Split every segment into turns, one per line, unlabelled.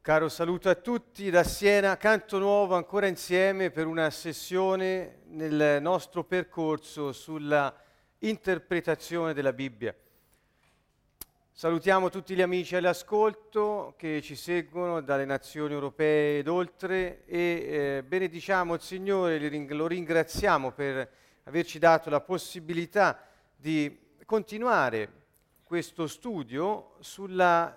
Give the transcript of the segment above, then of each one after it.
Caro saluto a tutti da Siena, canto nuovo ancora insieme per una sessione nel nostro percorso sulla interpretazione della Bibbia. Salutiamo tutti gli amici all'ascolto che ci seguono dalle nazioni europee ed oltre e benediciamo il Signore, lo ringraziamo per averci dato la possibilità di continuare questo studio sulla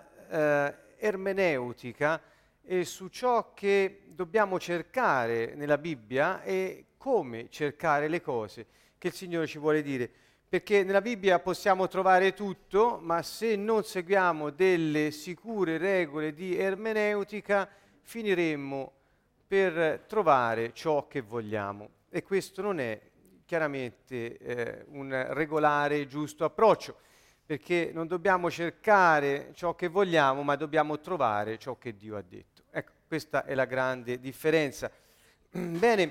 ermeneutica e su ciò che dobbiamo cercare nella Bibbia e come cercare le cose che il Signore ci vuole dire. Perché nella Bibbia possiamo trovare tutto, ma se non seguiamo delle sicure regole di ermeneutica, finiremmo per trovare ciò che vogliamo. E questo non è chiaramente un regolare e giusto approccio, perché non dobbiamo cercare ciò che vogliamo, ma dobbiamo trovare ciò che Dio ha detto. Ecco, questa è la grande differenza. Bene,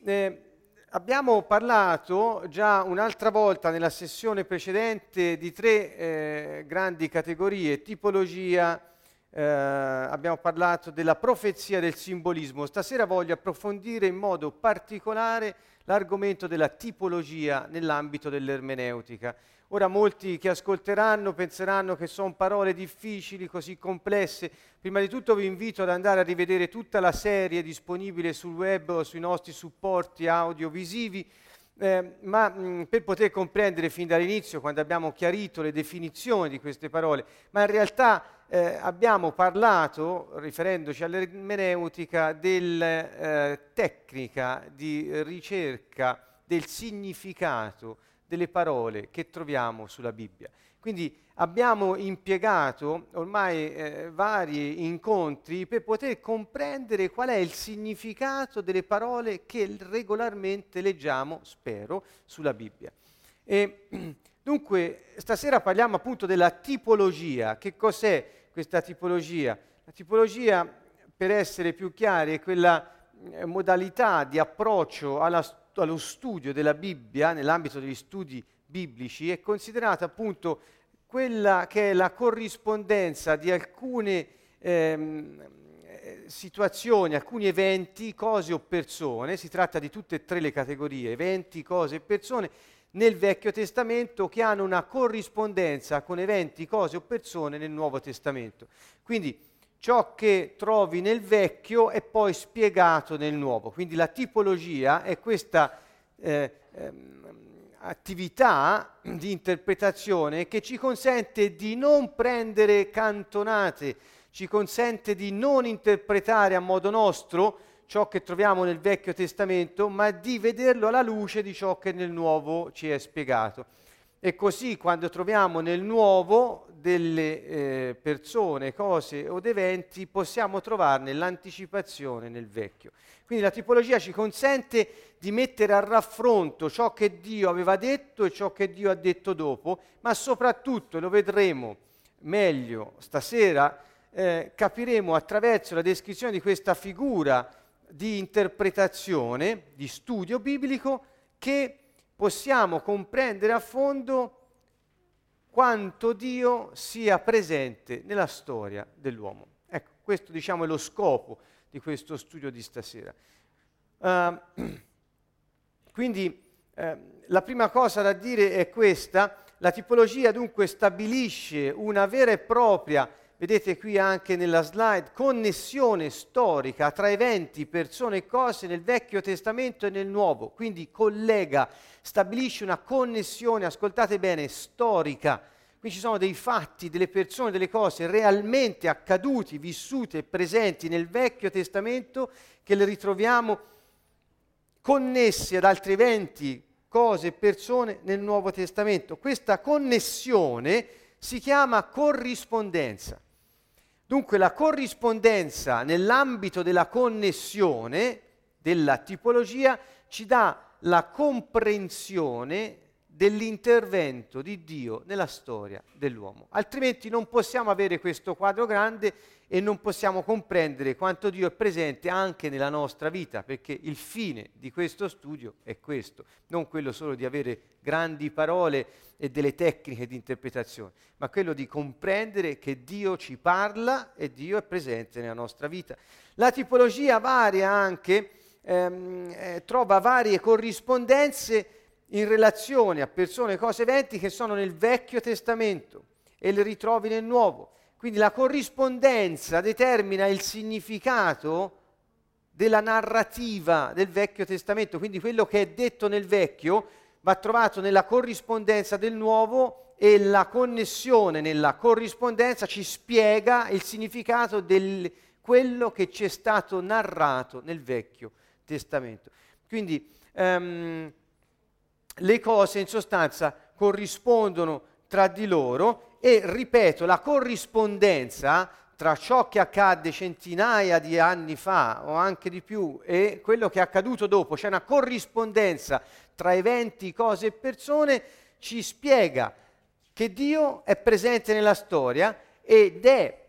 abbiamo parlato già un'altra volta nella sessione precedente di tre grandi categorie: tipologia, abbiamo parlato della profezia, del simbolismo. Stasera voglio approfondire in modo particolare l'argomento della tipologia nell'ambito dell'ermeneutica. Ora molti che ascolteranno penseranno che sono parole difficili, così complesse. Prima di tutto vi invito ad andare a rivedere tutta la serie disponibile sul web o sui nostri supporti audiovisivi, per poter comprendere fin dall'inizio, quando abbiamo chiarito le definizioni di queste parole. Ma in realtà abbiamo parlato, riferendoci all'ermeneutica, della tecnica di ricerca del significato delle parole che troviamo sulla Bibbia. Quindi abbiamo impiegato ormai vari incontri per poter comprendere qual è il significato delle parole che regolarmente leggiamo, spero, sulla Bibbia. E dunque stasera parliamo appunto della tipologia. Che cos'è questa tipologia? La tipologia, per essere più chiari, è quella modalità di approccio allo studio della Bibbia, nell'ambito degli studi biblici, è considerata appunto quella che è la corrispondenza di alcune situazioni, alcuni eventi, cose o persone. Si tratta di tutte e tre le categorie, eventi, cose e persone, nel Vecchio Testamento, che hanno una corrispondenza con eventi, cose o persone nel Nuovo Testamento. Quindi ciò che trovi nel Vecchio è poi spiegato nel Nuovo. Quindi la tipologia è questa attività di interpretazione che ci consente di non prendere cantonate, ci consente di non interpretare a modo nostro ciò che troviamo nel Vecchio Testamento, ma di vederlo alla luce di ciò che nel Nuovo ci è spiegato. E così quando troviamo nel Nuovo delle persone, cose o eventi, possiamo trovarne l'anticipazione nel Vecchio. Quindi la tipologia ci consente di mettere a raffronto ciò che Dio aveva detto e ciò che Dio ha detto dopo, ma soprattutto, lo vedremo meglio stasera, capiremo attraverso la descrizione di questa figura di interpretazione, di studio biblico, che possiamo comprendere a fondo quanto Dio sia presente nella storia dell'uomo. Ecco, questo diciamo è lo scopo di questo studio di stasera. Quindi la prima cosa da dire è questa: la tipologia dunque stabilisce una vera e propria, vedete qui anche nella slide, connessione storica tra eventi, persone e cose nel Vecchio Testamento e nel Nuovo. Quindi collega, stabilisce una connessione, ascoltate bene, storica. Qui ci sono dei fatti, delle persone, delle cose realmente accaduti, vissute e presenti nel Vecchio Testamento, che le ritroviamo connesse ad altri eventi, cose e persone nel Nuovo Testamento. Questa connessione si chiama corrispondenza. Dunque la corrispondenza nell'ambito della connessione, della tipologia, ci dà la comprensione dell'intervento di Dio nella storia dell'uomo. Altrimenti non possiamo avere questo quadro grande e non possiamo comprendere quanto Dio è presente anche nella nostra vita, perché il fine di questo studio è questo, non quello solo di avere grandi parole e delle tecniche di interpretazione, ma quello di comprendere che Dio ci parla e Dio è presente nella nostra vita. La tipologia varia anche, trova varie corrispondenze in relazione a persone, cose, eventi che sono nel Vecchio Testamento e le ritrovi nel Nuovo. Quindi la corrispondenza determina il significato della narrativa del Vecchio Testamento, quindi quello che è detto nel Vecchio va trovato nella corrispondenza del Nuovo e la connessione nella corrispondenza ci spiega il significato di quello che ci è stato narrato nel Vecchio Testamento. Quindi le cose in sostanza corrispondono tra di loro e, ripeto, la corrispondenza tra ciò che accadde centinaia di anni fa o anche di più e quello che è accaduto dopo, c'è una corrispondenza tra eventi, cose e persone, ci spiega che Dio è presente nella storia ed è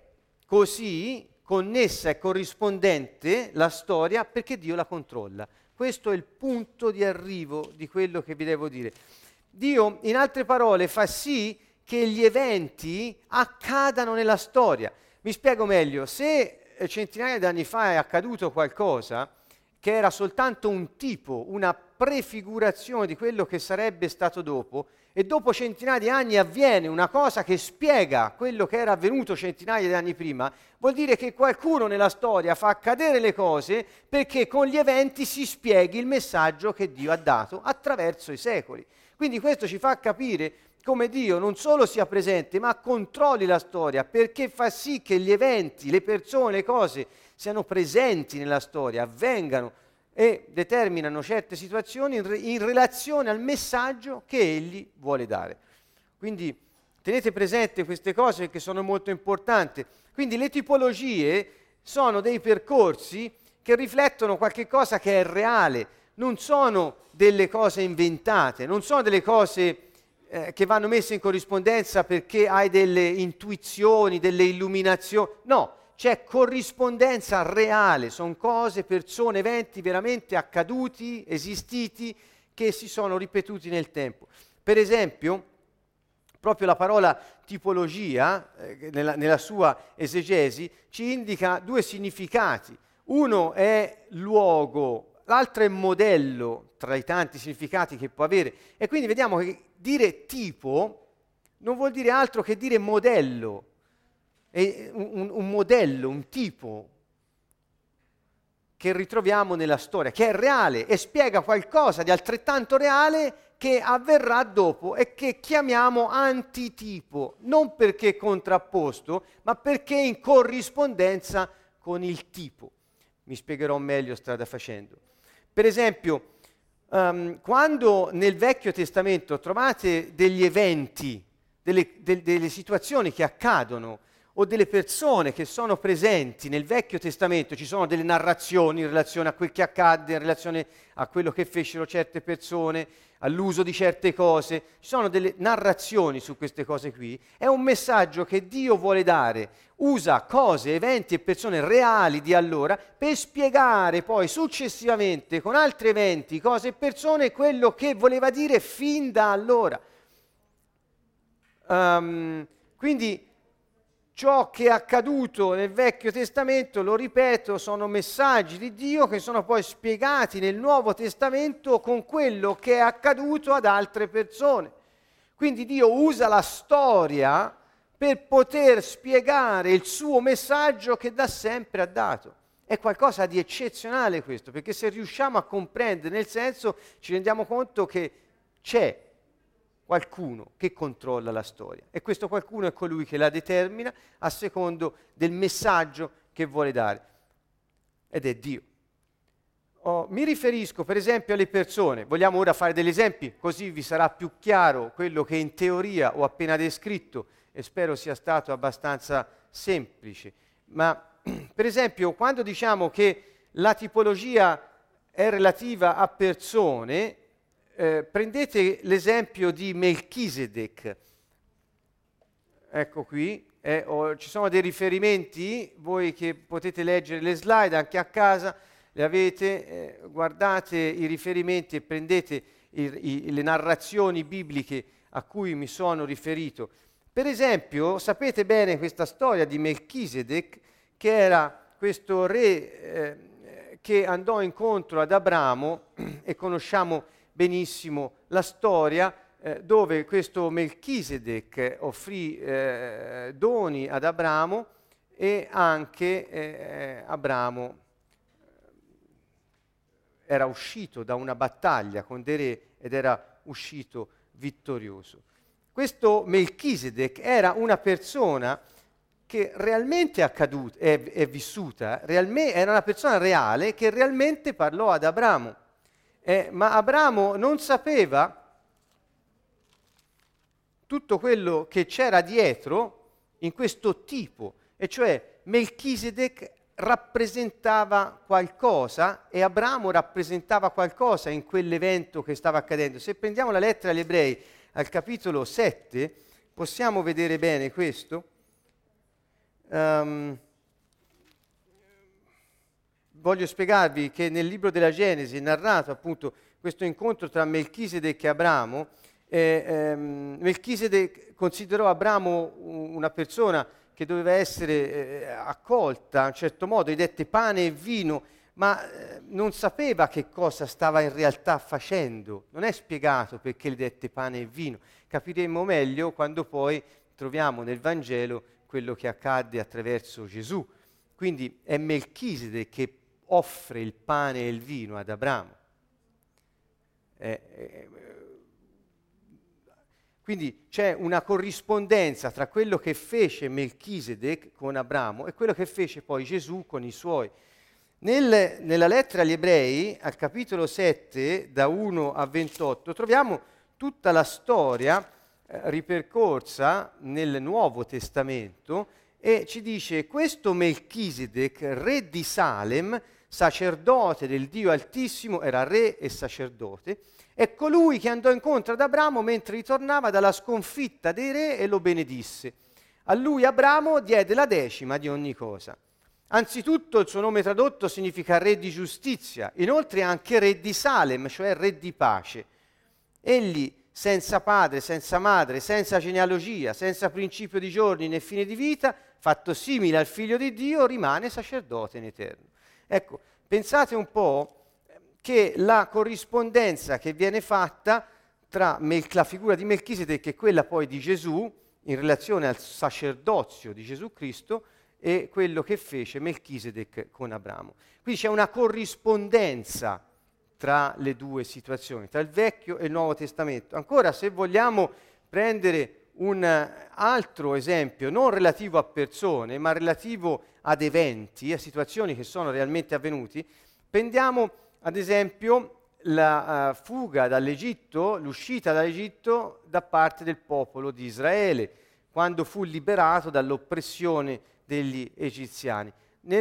così connessa e corrispondente la storia perché Dio la controlla. Questo è il punto di arrivo di quello che vi devo dire. Dio, in altre parole, fa sì che gli eventi accadano nella storia. Mi spiego meglio, se centinaia di anni fa è accaduto qualcosa che era soltanto un tipo, una prefigurazione di quello che sarebbe stato dopo, e dopo centinaia di anni avviene una cosa che spiega quello che era avvenuto centinaia di anni prima, vuol dire che qualcuno nella storia fa accadere le cose perché con gli eventi si spieghi il messaggio che Dio ha dato attraverso i secoli. Quindi questo ci fa capire come Dio non solo sia presente, ma controlli la storia, perché fa sì che gli eventi, le persone, le cose siano presenti nella storia, avvengano e determinano certe situazioni in relazione al messaggio che Egli vuole dare. Quindi tenete presente queste cose perché sono molto importanti. Quindi le tipologie sono dei percorsi che riflettono qualche cosa che è reale, non sono delle cose inventate, non sono delle cose che vanno messe in corrispondenza perché hai delle intuizioni, delle illuminazioni. No, c'è corrispondenza reale, sono cose, persone, eventi veramente accaduti, esistiti, che si sono ripetuti nel tempo. Per esempio, proprio la parola tipologia, nella sua esegesi, ci indica due significati. Uno è luogo, l'altro è modello, tra i tanti significati che può avere. E quindi vediamo che dire tipo non vuol dire altro che dire modello. È un modello, un tipo che ritroviamo nella storia, che è reale e spiega qualcosa di altrettanto reale che avverrà dopo e che chiamiamo antitipo, non perché contrapposto, ma perché in corrispondenza con il tipo. Mi spiegherò meglio strada facendo. Per esempio, quando nel Vecchio Testamento trovate degli eventi, delle situazioni che accadono, o delle persone che sono presenti nel Vecchio Testamento, ci sono delle narrazioni in relazione a quel che accadde, in relazione a quello che fecero certe persone, all'uso di certe cose, ci sono delle narrazioni su queste cose qui, è un messaggio che Dio vuole dare, usa cose, eventi e persone reali di allora per spiegare poi successivamente con altri eventi, cose e persone quello che voleva dire fin da allora. Quindi ciò che è accaduto nel Vecchio Testamento, lo ripeto, sono messaggi di Dio che sono poi spiegati nel Nuovo Testamento con quello che è accaduto ad altre persone. Quindi Dio usa la storia per poter spiegare il suo messaggio che da sempre ha dato. È qualcosa di eccezionale questo, perché se riusciamo a comprendere, nel senso, ci rendiamo conto che c'è qualcuno che controlla la storia e questo qualcuno è colui che la determina a secondo del messaggio che vuole dare ed è Dio. Mi riferisco per esempio alle persone, vogliamo ora fare degli esempi così vi sarà più chiaro quello che in teoria ho appena descritto e spero sia stato abbastanza semplice, ma per esempio quando diciamo che la tipologia è relativa a persone, prendete l'esempio di Melchisedec. Ecco qui, ci sono dei riferimenti, voi che potete leggere le slide anche a casa, le avete, guardate i riferimenti e prendete le narrazioni bibliche a cui mi sono riferito. Per esempio, sapete bene questa storia di Melchisedec, che era questo re che andò incontro ad Abramo, e conosciamo benissimo la storia, dove questo Melchisedec offrì doni ad Abramo, e anche Abramo era uscito da una battaglia con dei re ed era uscito vittorioso. Questo Melchisedec era una persona che realmente è vissuta, era una persona reale che realmente parlò ad Abramo. Ma Abramo non sapeva tutto quello che c'era dietro in questo tipo, e cioè Melchisedec rappresentava qualcosa e Abramo rappresentava qualcosa in quell'evento che stava accadendo. Se prendiamo la lettera agli Ebrei al capitolo 7, possiamo vedere bene questo. Voglio spiegarvi che nel libro della Genesi è narrato appunto questo incontro tra Melchisedec e Abramo. Melchisedec considerò Abramo una persona che doveva essere accolta a un certo modo, gli dette pane e vino, ma non sapeva che cosa stava in realtà facendo. Non è spiegato perché gli dette pane e vino. Capiremo meglio quando poi troviamo nel Vangelo quello che accadde attraverso Gesù. Quindi è Melchisedec che offre il pane e il vino ad Abramo. Quindi c'è una corrispondenza tra quello che fece Melchisedec con Abramo e quello che fece poi Gesù con i suoi. Nella lettera agli Ebrei, al capitolo 7, da 1 a 28, troviamo tutta la storia ripercorsa nel Nuovo Testamento, e ci dice: questo Melchisedec, re di Salem, sacerdote del Dio Altissimo, era re e sacerdote, è colui che andò incontro ad Abramo mentre ritornava dalla sconfitta dei re e lo benedisse. A lui Abramo diede la decima di ogni cosa. Anzitutto il suo nome tradotto significa re di giustizia, inoltre anche re di Salem, cioè re di pace. Egli, senza padre, senza madre, senza genealogia, senza principio di giorni né fine di vita, fatto simile al figlio di Dio, rimane sacerdote in eterno. Ecco, pensate un po' che la corrispondenza che viene fatta tra la figura di Melchisedec e quella poi di Gesù, in relazione al sacerdozio di Gesù Cristo, e quello che fece Melchisedec con Abramo. Quindi c'è una corrispondenza tra le due situazioni, tra il Vecchio e il Nuovo Testamento. Ancora, se vogliamo prendere un altro esempio, non relativo a persone, ma relativo ad eventi, a situazioni che sono realmente avvenuti, prendiamo ad esempio la fuga dall'Egitto, l'uscita dall'Egitto da parte del popolo di Israele, quando fu liberato dall'oppressione degli egiziani.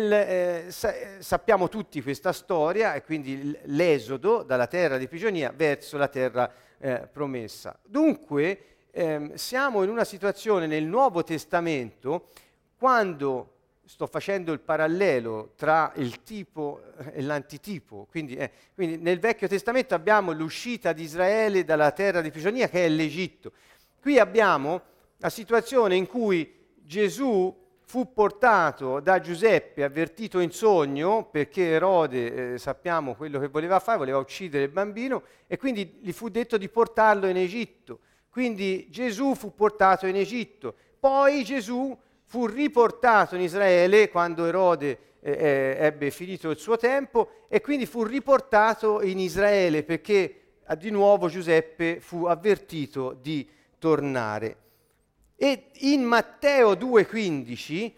Sappiamo tutti questa storia, e quindi l'esodo dalla terra di prigionia verso la terra promessa. Dunque siamo in una situazione nel Nuovo Testamento, quando sto facendo il parallelo tra il tipo e l'antitipo, quindi nel Vecchio Testamento abbiamo l'uscita di Israele dalla terra di prigionia, che è l'Egitto. Qui abbiamo la situazione in cui Gesù fu portato da Giuseppe, avvertito in sogno, perché Erode, sappiamo quello che voleva fare, voleva uccidere il bambino, e quindi gli fu detto di portarlo in Egitto. Quindi Gesù fu portato in Egitto. Poi Gesù fu riportato in Israele quando Erode ebbe finito il suo tempo, e quindi fu riportato in Israele perché di nuovo Giuseppe fu avvertito di tornare. E in Matteo 2,15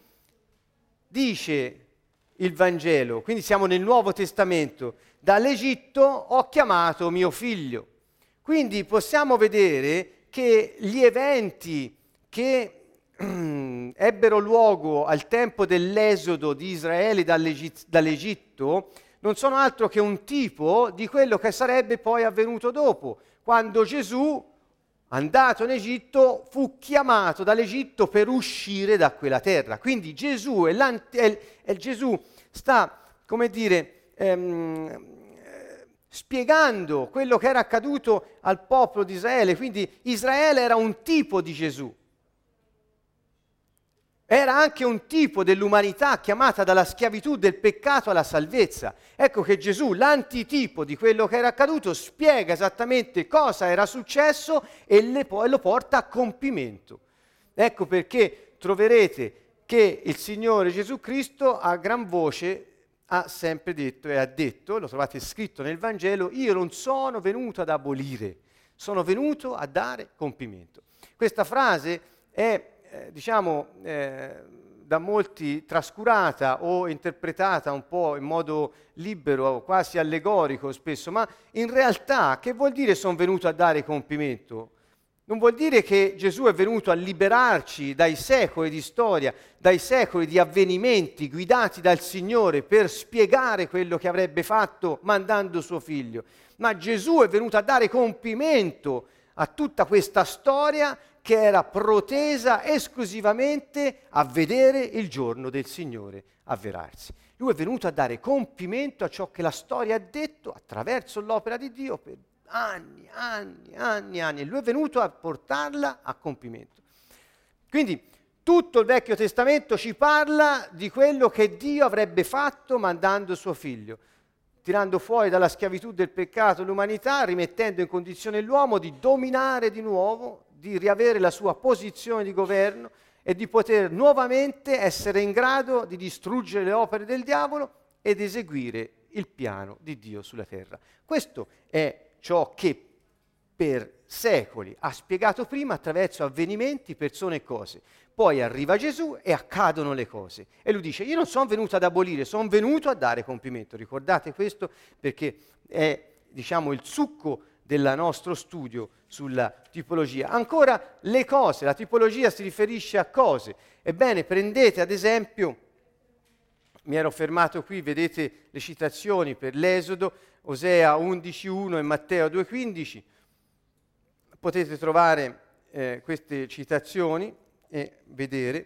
dice il Vangelo, quindi siamo nel Nuovo Testamento: dall'Egitto ho chiamato mio figlio. Quindi possiamo vedere che gli eventi che ebbero luogo al tempo dell'esodo di Israele dall'Egitto non sono altro che un tipo di quello che sarebbe poi avvenuto dopo, quando Gesù, andato in Egitto, fu chiamato dall'Egitto per uscire da quella terra. Quindi Gesù Gesù sta, come dire, spiegando quello che era accaduto al popolo di Israele. Quindi Israele era un tipo di Gesù. Era anche un tipo dell'umanità chiamata dalla schiavitù del peccato alla salvezza. Ecco che Gesù, l'antitipo di quello che era accaduto, spiega esattamente cosa era successo e poi lo porta a compimento. Ecco perché troverete che il Signore Gesù Cristo a gran voce ha sempre detto e ha detto, lo trovate scritto nel Vangelo, io non sono venuto ad abolire, sono venuto a dare compimento. Questa frase è da molti trascurata o interpretata un po' in modo libero, quasi allegorico spesso, ma in realtà che vuol dire sono venuto a dare compimento? Non vuol dire che Gesù è venuto a liberarci dai secoli di storia, dai secoli di avvenimenti guidati dal Signore per spiegare quello che avrebbe fatto mandando suo figlio, ma Gesù è venuto a dare compimento a tutta questa storia che era protesa esclusivamente a vedere il giorno del Signore avverarsi. Lui è venuto a dare compimento a ciò che la storia ha detto attraverso l'opera di Dio per anni, e lui è venuto a portarla a compimento. Quindi tutto il Vecchio Testamento ci parla di quello che Dio avrebbe fatto mandando suo figlio, tirando fuori dalla schiavitù del peccato l'umanità, rimettendo in condizione l'uomo di dominare di nuovo, di riavere la sua posizione di governo e di poter nuovamente essere in grado di distruggere le opere del diavolo ed eseguire il piano di Dio sulla terra. Questo è ciò che per secoli ha spiegato prima attraverso avvenimenti, persone e cose. Poi arriva Gesù e accadono le cose. E lui dice, io non sono venuto ad abolire, sono venuto a dare compimento. Ricordate questo perché è, il succo del nostro studio sulla tipologia. Ancora le cose, la tipologia si riferisce a cose. Ebbene, prendete ad esempio, mi ero fermato qui, vedete le citazioni per l'Esodo, Osea 11.1 e Matteo 2.15. Potete trovare queste citazioni e vedere.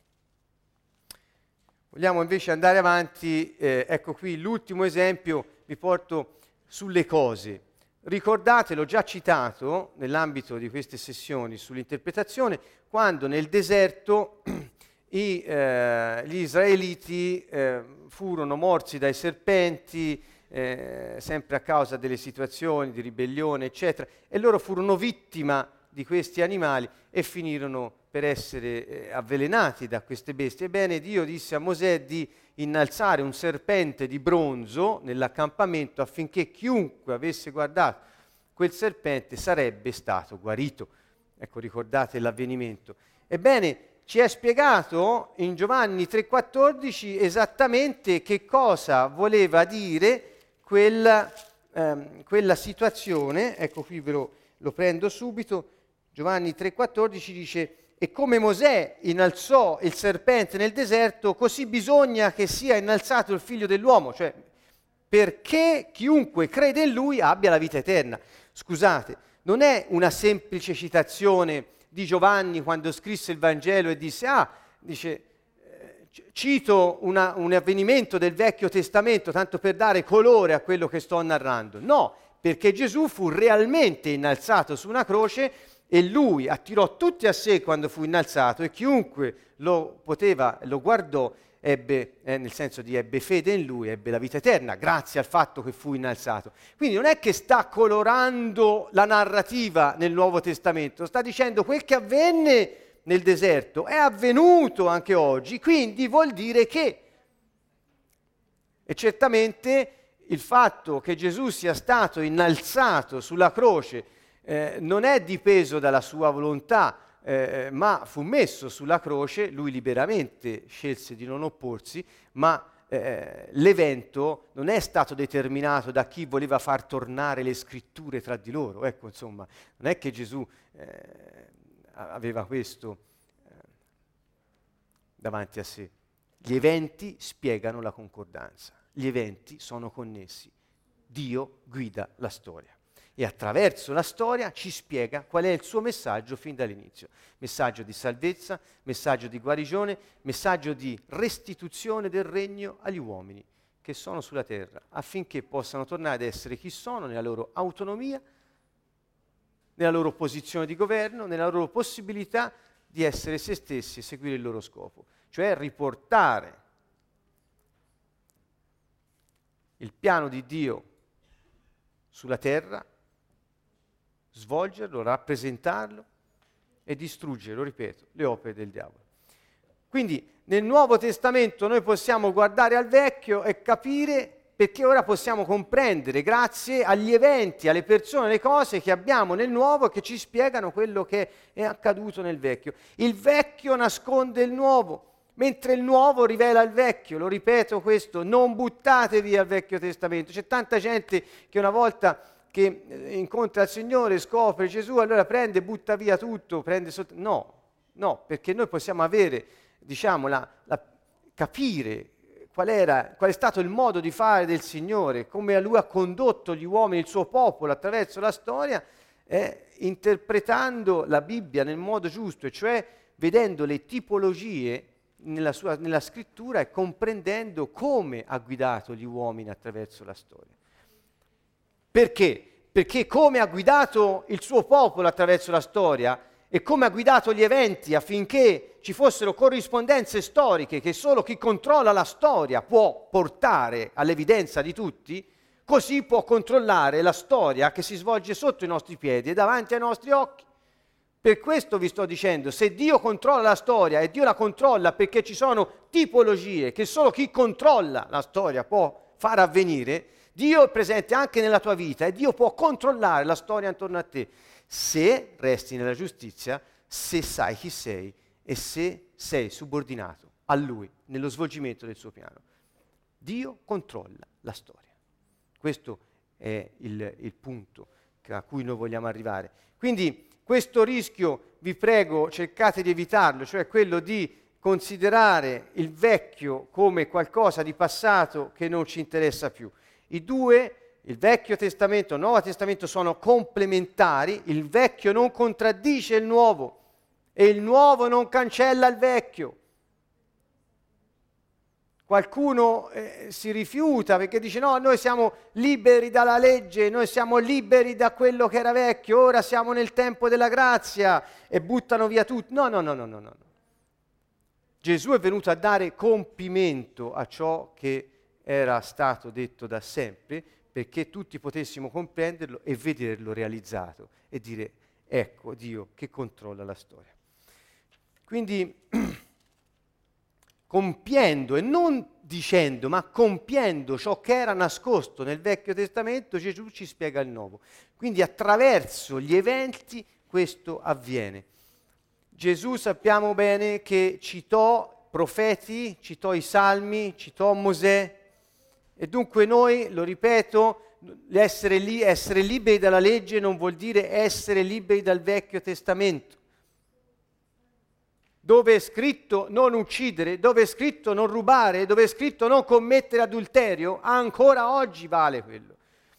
Vogliamo invece andare avanti, ecco qui l'ultimo esempio, vi porto sulle cose. Ricordate, l'ho già citato nell'ambito di queste sessioni sull'interpretazione, quando nel deserto gli israeliti furono morsi dai serpenti, sempre a causa delle situazioni di ribellione, eccetera, e loro furono vittima di questi animali e finirono per essere avvelenati da queste bestie. Ebbene, Dio disse a Mosè di innalzare un serpente di bronzo nell'accampamento affinché chiunque avesse guardato quel serpente sarebbe stato guarito. Ecco, ricordate l'avvenimento. Ebbene, ci è spiegato in Giovanni 3,14 esattamente che cosa voleva dire quella situazione. Ecco qui lo prendo subito. Giovanni 3,14 dice: e come Mosè innalzò il serpente nel deserto, così bisogna che sia innalzato il figlio dell'uomo, cioè perché chiunque crede in lui abbia la vita eterna. Scusate, non è una semplice citazione di Giovanni quando scrisse il Vangelo e disse, cito un avvenimento del Vecchio Testamento tanto per dare colore a quello che sto narrando. No, perché Gesù fu realmente innalzato su una croce e lui attirò tutti a sé quando fu innalzato e chiunque lo guardò ebbe, nel senso di ebbe fede in lui, ebbe la vita eterna, grazie al fatto che fu innalzato. Quindi non è che sta colorando la narrativa nel Nuovo Testamento, sta dicendo quel che avvenne nel deserto è avvenuto anche oggi, quindi vuol dire che. E certamente il fatto che Gesù sia stato innalzato sulla croce non è dipeso dalla sua volontà, ma fu messo sulla croce, lui liberamente scelse di non opporsi, ma l'evento non è stato determinato da chi voleva far tornare le scritture tra di loro. Ecco, insomma, non è che Gesù aveva questo davanti a sé. Gli eventi spiegano la concordanza. gli eventi sono connessi. Dio guida la storia e attraverso la storia ci spiega qual è il suo messaggio fin dall'inizio. Messaggio di salvezza, messaggio di guarigione, messaggio di restituzione del regno agli uomini che sono sulla terra, affinché possano tornare ad essere chi sono nella loro autonomia, nella loro posizione di governo, nella loro possibilità di essere se stessi e seguire il loro scopo, cioè riportare il piano di Dio sulla terra, svolgerlo, rappresentarlo e distruggere, lo ripeto, le opere del diavolo. Quindi nel Nuovo Testamento noi possiamo guardare al Vecchio e capire, perché ora possiamo comprendere, grazie agli eventi, alle persone, alle cose che abbiamo nel Nuovo che ci spiegano quello che è accaduto nel Vecchio. Il Vecchio nasconde il Nuovo, mentre il Nuovo rivela il Vecchio. Lo ripeto questo, non buttate via il Vecchio Testamento. C'è tanta gente che una volta che incontra il Signore, scopre Gesù, allora prende, butta via tutto, prende sotto... No, perché noi possiamo avere, diciamo, capire qual è stato il modo di fare del Signore, come Lui ha condotto gli uomini, il suo popolo attraverso la storia, interpretando la Bibbia nel modo giusto, e cioè vedendo le tipologie nella scrittura e comprendendo come ha guidato gli uomini attraverso la storia. Perché? Perché come ha guidato il suo popolo attraverso la storia e come ha guidato gli eventi affinché ci fossero corrispondenze storiche che solo chi controlla la storia può portare all'evidenza di tutti, così può controllare la storia che si svolge sotto i nostri piedi e davanti ai nostri occhi. Per questo vi sto dicendo, se Dio controlla la storia e Dio la controlla perché ci sono tipologie che solo chi controlla la storia può far avvenire, Dio è presente anche nella tua vita e Dio può controllare la storia intorno a te, se resti nella giustizia, se sai chi sei e se sei subordinato a Lui nello svolgimento del suo piano. Dio controlla la storia. Questo è il punto a cui noi vogliamo arrivare. Quindi questo rischio, vi prego, cercate di evitarlo, cioè quello di considerare il vecchio come qualcosa di passato che non ci interessa più. I due, il Vecchio Testamento e il Nuovo Testamento, sono complementari, il vecchio non contraddice il nuovo e il nuovo non cancella il vecchio. Qualcuno si rifiuta perché dice no, noi siamo liberi dalla legge, noi siamo liberi da quello che era vecchio, ora siamo nel tempo della grazia e buttano via tutto. No. Gesù è venuto a dare compimento a ciò che era stato detto da sempre, perché tutti potessimo comprenderlo e vederlo realizzato e dire ecco Dio che controlla la storia. Quindi compiendo e non dicendo, ma compiendo ciò che era nascosto nel Vecchio Testamento, Gesù ci spiega il Nuovo. Quindi attraverso gli eventi questo avviene. Gesù sappiamo bene che citò profeti, citò i Salmi, citò Mosè, e dunque noi, lo ripeto, essere liberi dalla legge non vuol dire essere liberi dal Vecchio Testamento. Dove è scritto non uccidere, dove è scritto non rubare, dove è scritto non commettere adulterio, ancora oggi vale quello.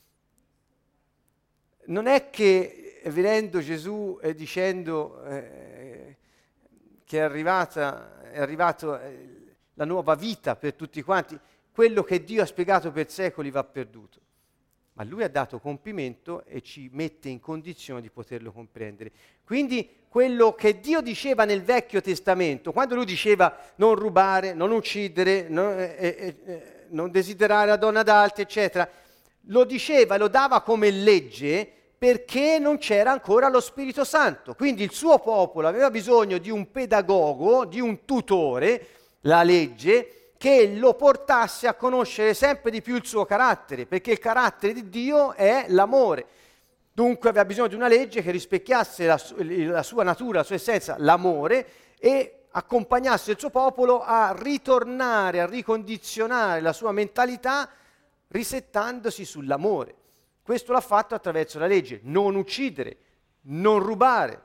Non è che venendo Gesù e dicendo che è arrivato la nuova vita per tutti quanti, quello che Dio ha spiegato per secoli va perduto. Ma Lui ha dato compimento e ci mette in condizione di poterlo comprendere. Quindi quello che Dio diceva nel Vecchio Testamento, quando Lui diceva non rubare, non uccidere, non desiderare la donna d'altri, eccetera, lo diceva e lo dava come legge perché non c'era ancora lo Spirito Santo. Quindi il suo popolo aveva bisogno di un pedagogo, di un tutore, la legge, che lo portasse a conoscere sempre di più il suo carattere, perché il carattere di Dio è l'amore. Dunque aveva bisogno di una legge che rispecchiasse la sua natura, la sua essenza, l'amore, e accompagnasse il suo popolo a ritornare, a ricondizionare la sua mentalità risettandosi sull'amore. Questo l'ha fatto attraverso la legge: non uccidere, non rubare.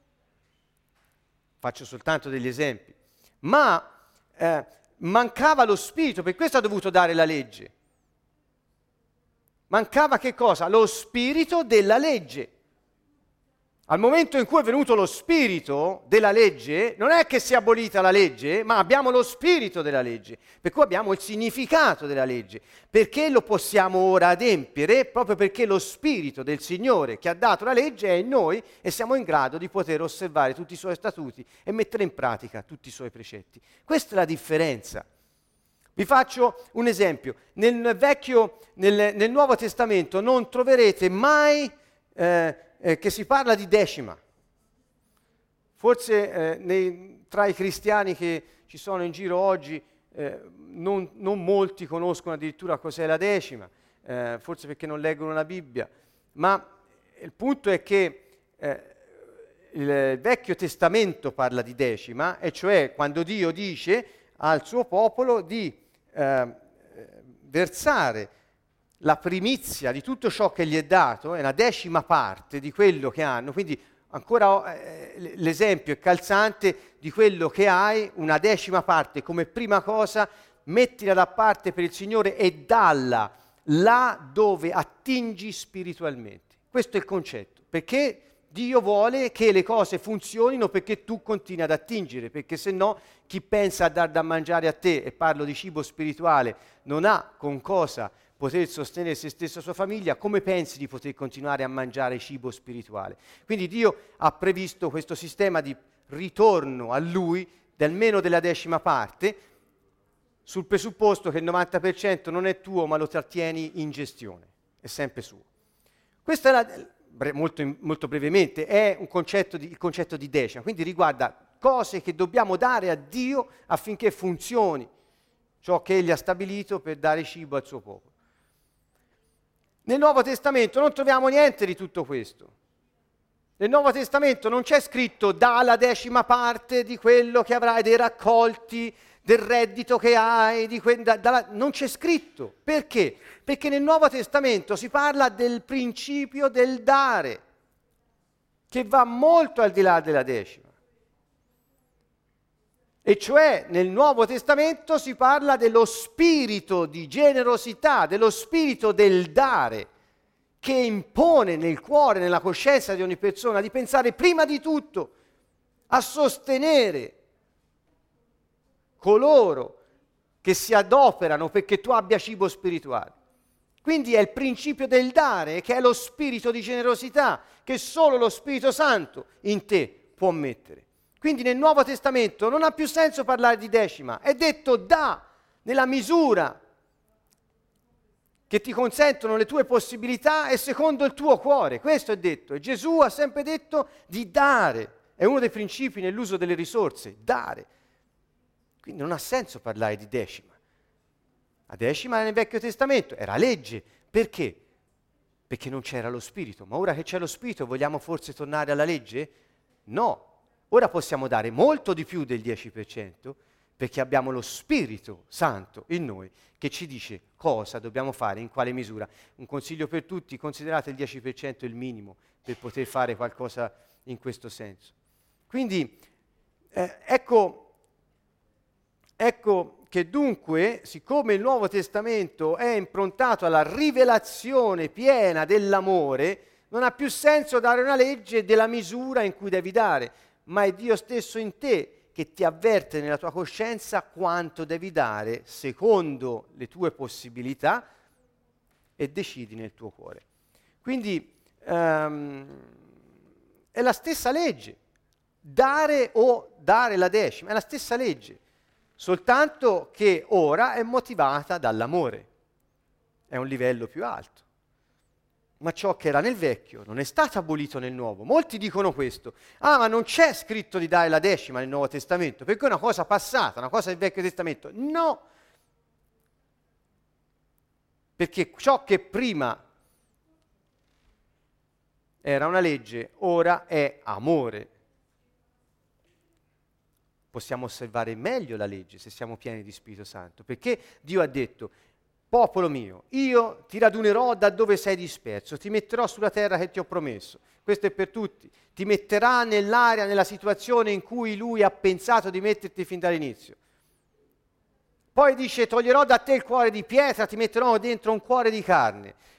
Faccio soltanto degli esempi. Ma mancava lo spirito, per questo ha dovuto dare la legge. Mancava che cosa? Lo spirito della legge. Al momento in cui è venuto lo spirito della legge, non è che si è abolita la legge, ma abbiamo lo spirito della legge, per cui abbiamo il significato della legge. Perché lo possiamo ora adempiere? Proprio perché lo spirito del Signore che ha dato la legge è in noi e siamo in grado di poter osservare tutti i suoi statuti e mettere in pratica tutti i suoi precetti. Questa è la differenza. Vi faccio un esempio. Nel Nuovo Testamento non troverete mai che si parla di decima. Forse tra i cristiani che ci sono in giro oggi non molti conoscono addirittura cos'è la decima, forse perché non leggono la Bibbia, ma il punto è che il Vecchio Testamento parla di decima, e cioè quando Dio dice al suo popolo di versare la primizia di tutto ciò che gli è dato, è una decima parte di quello che hanno, quindi ancora l'esempio è calzante: di quello che hai, una decima parte come prima cosa, mettila da parte per il Signore e dalla là dove attingi spiritualmente. Questo è il concetto, perché Dio vuole che le cose funzionino perché tu continui ad attingere, perché se no chi pensa a dar da mangiare a te, e parlo di cibo spirituale, non ha con cosa poter sostenere se stesso e la sua famiglia. Come pensi di poter continuare a mangiare cibo spirituale? Quindi Dio ha previsto questo sistema di ritorno a Lui, almeno della decima parte, sul presupposto che il 90% non è tuo, ma lo trattieni in gestione, è sempre suo. Questo è molto brevemente, è il concetto di decima, quindi riguarda cose che dobbiamo dare a Dio affinché funzioni ciò che Egli ha stabilito per dare cibo al suo popolo. Nel Nuovo Testamento non troviamo niente di tutto questo. Nel Nuovo Testamento non c'è scritto dà la decima parte di quello che avrai, dei raccolti, del reddito che hai, non c'è scritto. Perché? Perché nel Nuovo Testamento si parla del principio del dare, che va molto al di là della decima. E cioè nel Nuovo Testamento si parla dello spirito di generosità, dello spirito del dare, che impone nel cuore, nella coscienza di ogni persona di pensare prima di tutto a sostenere coloro che si adoperano perché tu abbia cibo spirituale. Quindi è il principio del dare, che è lo spirito di generosità che solo lo Spirito Santo in te può mettere. Quindi nel Nuovo Testamento non ha più senso parlare di decima, è detto dà nella misura che ti consentono le tue possibilità e secondo il tuo cuore. Questo è detto. E Gesù ha sempre detto di dare. È uno dei principi nell'uso delle risorse, dare. Quindi non ha senso parlare di decima. La decima nel Vecchio Testamento era legge. Perché? Perché non c'era lo Spirito. Ma ora che c'è lo Spirito vogliamo forse tornare alla legge? No. Ora possiamo dare molto di più del 10% perché abbiamo lo Spirito Santo in noi che ci dice cosa dobbiamo fare, in quale misura. Un consiglio per tutti: considerate il 10% il minimo per poter fare qualcosa in questo senso. Quindi ecco che dunque, siccome il Nuovo Testamento è improntato alla rivelazione piena dell'amore, non ha più senso dare una legge della misura in cui devi dare, ma è Dio stesso in te che ti avverte nella tua coscienza quanto devi dare secondo le tue possibilità e decidi nel tuo cuore. Quindi è la stessa legge, dare o dare la decima, è la stessa legge, soltanto che ora è motivata dall'amore, è un livello più alto. Ma ciò che era nel vecchio non è stato abolito nel nuovo. Molti dicono questo: ah, ma non c'è scritto di dare la decima nel Nuovo Testamento, perché è una cosa passata, una cosa del Vecchio Testamento. No, perché ciò che prima era una legge, ora è amore. Possiamo osservare meglio la legge se siamo pieni di Spirito Santo, perché Dio ha detto: popolo mio, io ti radunerò da dove sei disperso, ti metterò sulla terra che ti ho promesso. Questo è per tutti. Ti metterà nell'area, nella situazione in cui Lui ha pensato di metterti fin dall'inizio. Poi dice: toglierò da te il cuore di pietra, ti metterò dentro un cuore di carne.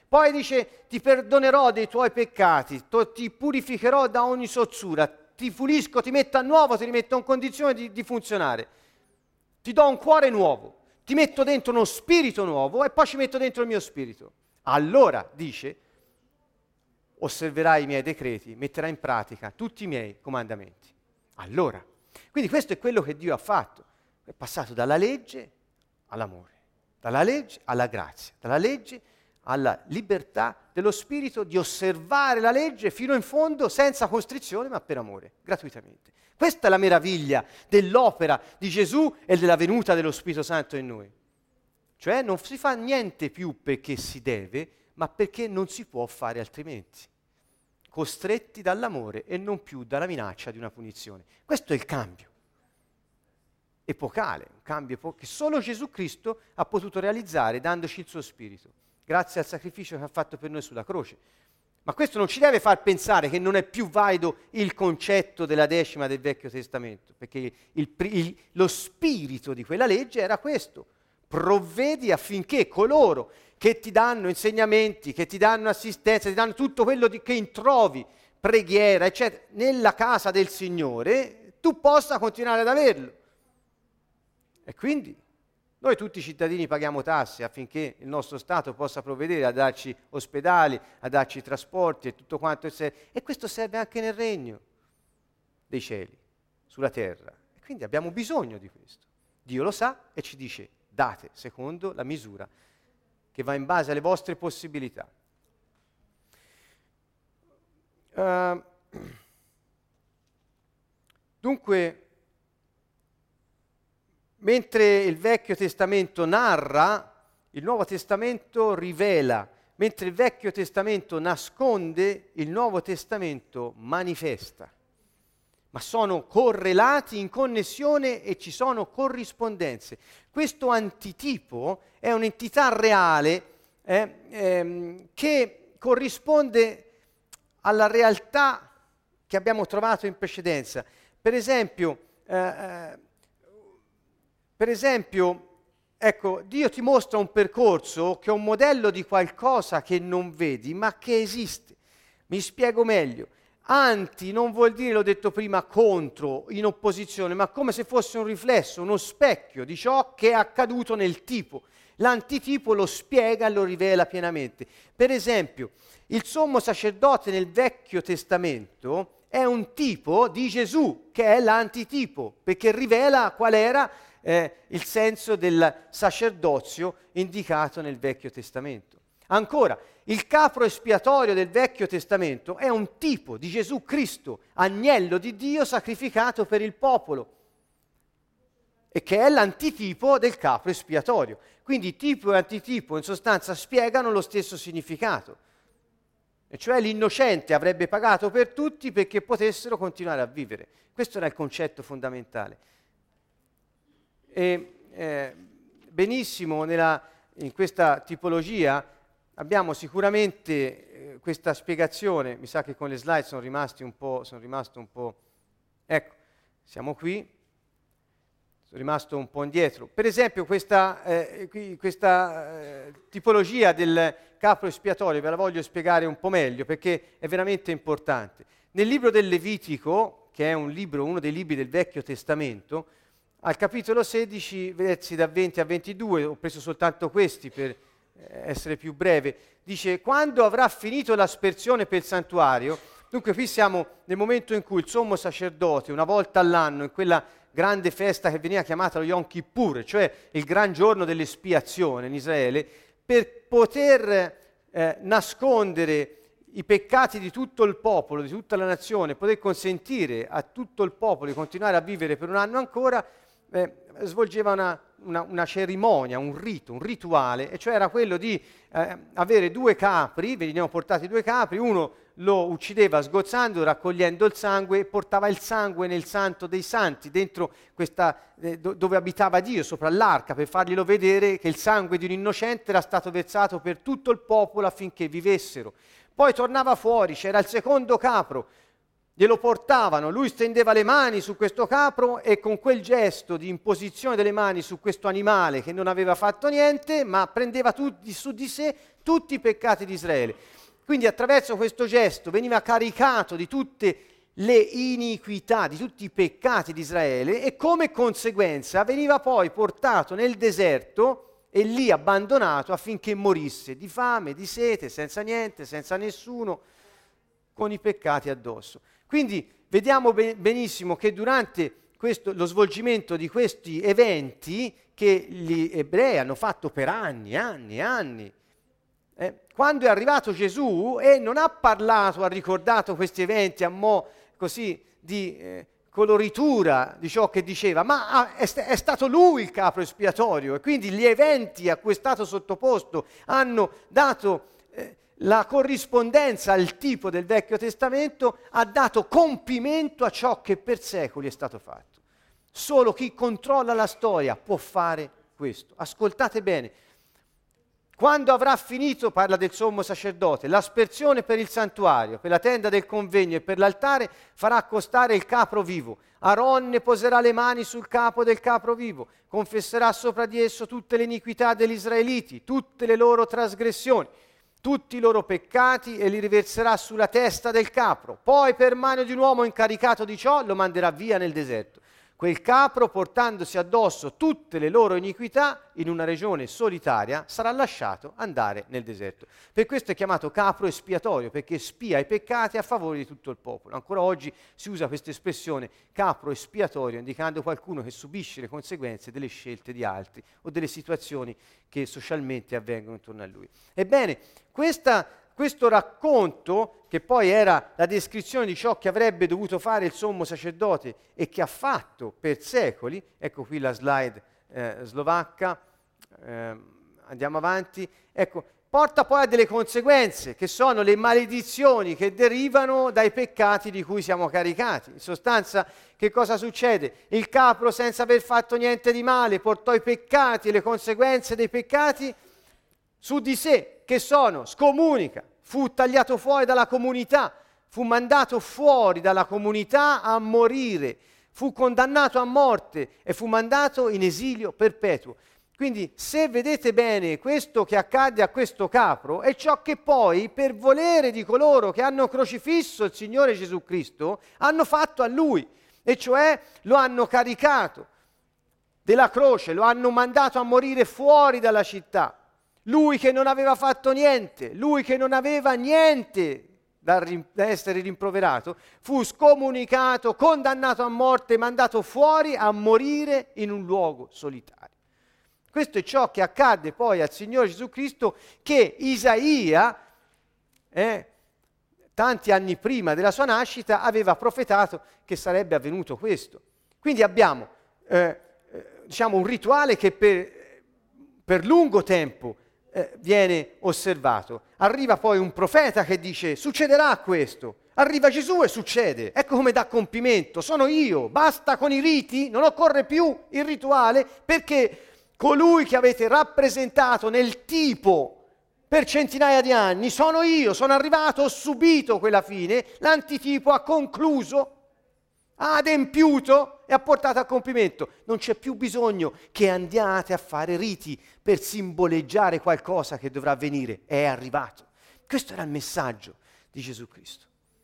Poi dice, ti perdonerò dei tuoi peccati, ti purificherò da ogni sozzura, ti pulisco, ti metto a nuovo, ti rimetto in condizione di funzionare. Ti do un cuore nuovo, ti metto dentro uno spirito nuovo e poi ci metto dentro il mio spirito. Allora, dice, osserverai i miei decreti, metterai in pratica tutti i miei comandamenti. Allora, quindi questo è quello che Dio ha fatto. È passato dalla legge all'amore, dalla legge alla grazia, dalla legge alla libertà dello spirito di osservare la legge fino in fondo senza costrizione ma per amore, gratuitamente. Questa è la meraviglia dell'opera di Gesù e della venuta dello Spirito Santo in noi. Cioè non si fa niente più perché si deve, ma perché non si può fare altrimenti. Costretti dall'amore e non più dalla minaccia di una punizione. Questo è il cambio epocale, un cambio che solo Gesù Cristo ha potuto realizzare dandoci il suo Spirito, grazie al sacrificio che ha fatto per noi sulla croce. Ma questo non ci deve far pensare che non è più valido il concetto della decima del Vecchio Testamento, perché lo spirito di quella legge era questo: provvedi affinché coloro che ti danno insegnamenti, che ti danno assistenza, ti danno tutto quello che introvi, preghiera, eccetera, nella casa del Signore, tu possa continuare ad averlo. E quindi noi tutti i cittadini paghiamo tasse affinché il nostro Stato possa provvedere a darci ospedali, a darci trasporti e tutto quanto serve. E questo serve anche nel regno dei cieli, sulla terra. E quindi abbiamo bisogno di questo. Dio lo sa e ci dice: date secondo la misura che va in base alle vostre possibilità. Dunque, mentre il Vecchio Testamento narra, il Nuovo Testamento rivela. Mentre il Vecchio Testamento nasconde, il Nuovo Testamento manifesta. Ma sono correlati in connessione e ci sono corrispondenze. Questo antitipo è un'entità reale che corrisponde alla realtà che abbiamo trovato in precedenza. Per esempio, ecco, Dio ti mostra un percorso che è un modello di qualcosa che non vedi, ma che esiste. Mi spiego meglio. Anti non vuol dire, l'ho detto prima, contro, in opposizione, ma come se fosse un riflesso, uno specchio di ciò che è accaduto nel tipo. L'antitipo lo spiega e lo rivela pienamente. Per esempio, il sommo sacerdote nel Vecchio Testamento è un tipo di Gesù, che è l'antitipo, perché rivela qual era il senso del sacerdozio indicato nel Vecchio Testamento. Ancora, il capro espiatorio del Vecchio Testamento è un tipo di Gesù Cristo, agnello di Dio sacrificato per il popolo, e che è l'antitipo del capro espiatorio. Quindi tipo e antitipo in sostanza spiegano lo stesso significato, e cioè l'innocente avrebbe pagato per tutti perché potessero continuare a vivere. Questo era il concetto fondamentale. E benissimo in questa tipologia abbiamo sicuramente questa spiegazione. Mi sa che con le slide sono rimasto un po', ecco, siamo qui, sono rimasto un po' indietro. Per esempio questa tipologia del capro espiatorio ve la voglio spiegare un po' meglio perché è veramente importante. Nel libro del Levitico, che è uno dei libri del Vecchio Testamento, al capitolo 16, versi da 20 a 22, ho preso soltanto questi per essere più breve, dice: quando avrà finito l'aspersione per il santuario, dunque qui siamo nel momento in cui il sommo sacerdote, una volta all'anno, in quella grande festa che veniva chiamata lo Yom Kippur, cioè il gran giorno dell'espiazione in Israele, per poter nascondere i peccati di tutto il popolo, di tutta la nazione, poter consentire a tutto il popolo di continuare a vivere per un anno ancora, svolgeva una cerimonia, un rito, un rituale, e cioè era quello di avere due capri, venivano portati due capri, uno lo uccideva sgozzando, raccogliendo il sangue, e portava il sangue nel Santo dei Santi, dentro questa, dove abitava Dio, sopra l'arca, per farglielo vedere che il sangue di un innocente era stato versato per tutto il popolo affinché vivessero. Poi tornava fuori, c'era il secondo capro, glielo portavano, lui stendeva le mani su questo capro e con quel gesto di imposizione delle mani su questo animale che non aveva fatto niente, ma prendeva su di sé tutti i peccati di Israele. Quindi attraverso questo gesto veniva caricato di tutte le iniquità, di tutti i peccati di Israele, e come conseguenza veniva poi portato nel deserto e lì abbandonato affinché morisse di fame, di sete, senza niente, senza nessuno, con i peccati addosso. Quindi vediamo benissimo che durante lo svolgimento di questi eventi che gli ebrei hanno fatto per anni, quando è arrivato Gesù e non ha parlato, ha ricordato questi eventi a mo' così di coloritura di ciò che diceva, ma è stato lui il capro espiatorio, e quindi gli eventi a cui è stato sottoposto hanno dato la corrispondenza al tipo del Vecchio Testamento, ha dato compimento a ciò che per secoli è stato fatto. Solo chi controlla la storia può fare questo. Ascoltate bene. Quando avrà finito, parla del sommo sacerdote, l'aspersione per il santuario, per la tenda del convegno e per l'altare, farà accostare il capro vivo. Aaron poserà le mani sul capo del capro vivo, confesserà sopra di esso tutte le iniquità degli israeliti, tutte le loro trasgressioni, tutti i loro peccati, e li riverserà sulla testa del capro. Poi per mano di un uomo incaricato di ciò lo manderà via nel deserto. Quel capro, portandosi addosso tutte le loro iniquità, in una regione solitaria, sarà lasciato andare nel deserto. Per questo è chiamato capro espiatorio, perché spia i peccati a favore di tutto il popolo. Ancora oggi si usa questa espressione capro espiatorio, indicando qualcuno che subisce le conseguenze delle scelte di altri o delle situazioni che socialmente avvengono intorno a lui. Ebbene, questo racconto, che poi era la descrizione di ciò che avrebbe dovuto fare il sommo sacerdote e che ha fatto per secoli, ecco qui la slide slovacca, andiamo avanti, ecco, porta poi a delle conseguenze, che sono le maledizioni che derivano dai peccati di cui siamo caricati. In sostanza, che cosa succede? Il capro, senza aver fatto niente di male, portò i peccati e le conseguenze dei peccati su di sé, che sono scomunica, fu tagliato fuori dalla comunità, fu mandato fuori dalla comunità a morire, fu condannato a morte e fu mandato in esilio perpetuo. Quindi, se vedete bene, questo che accadde a questo capro è ciò che poi, per volere di coloro che hanno crocifisso il Signore Gesù Cristo, hanno fatto a Lui, e cioè lo hanno caricato della croce, lo hanno mandato a morire fuori dalla città. Lui che non aveva fatto niente, lui che non aveva niente da essere rimproverato, fu scomunicato, condannato a morte, mandato fuori a morire in un luogo solitario. Questo è ciò che accadde poi al Signore Gesù Cristo, che Isaia, tanti anni prima della sua nascita, aveva profetato che sarebbe avvenuto questo. Quindi abbiamo un rituale che per lungo tempo viene osservato. Arriva poi un profeta che dice: succederà questo. Arriva Gesù e succede. Ecco come dà compimento. Sono io, basta con i riti, non occorre più il rituale, perché colui che avete rappresentato nel tipo per centinaia di anni sono io, sono arrivato, ho subito quella fine, l'antitipo ha concluso, ha adempiuto e ha portato a compimento. Non c'è più bisogno che andiate a fare riti per simboleggiare qualcosa che dovrà avvenire. È arrivato. Questo era il messaggio di Gesù Cristo.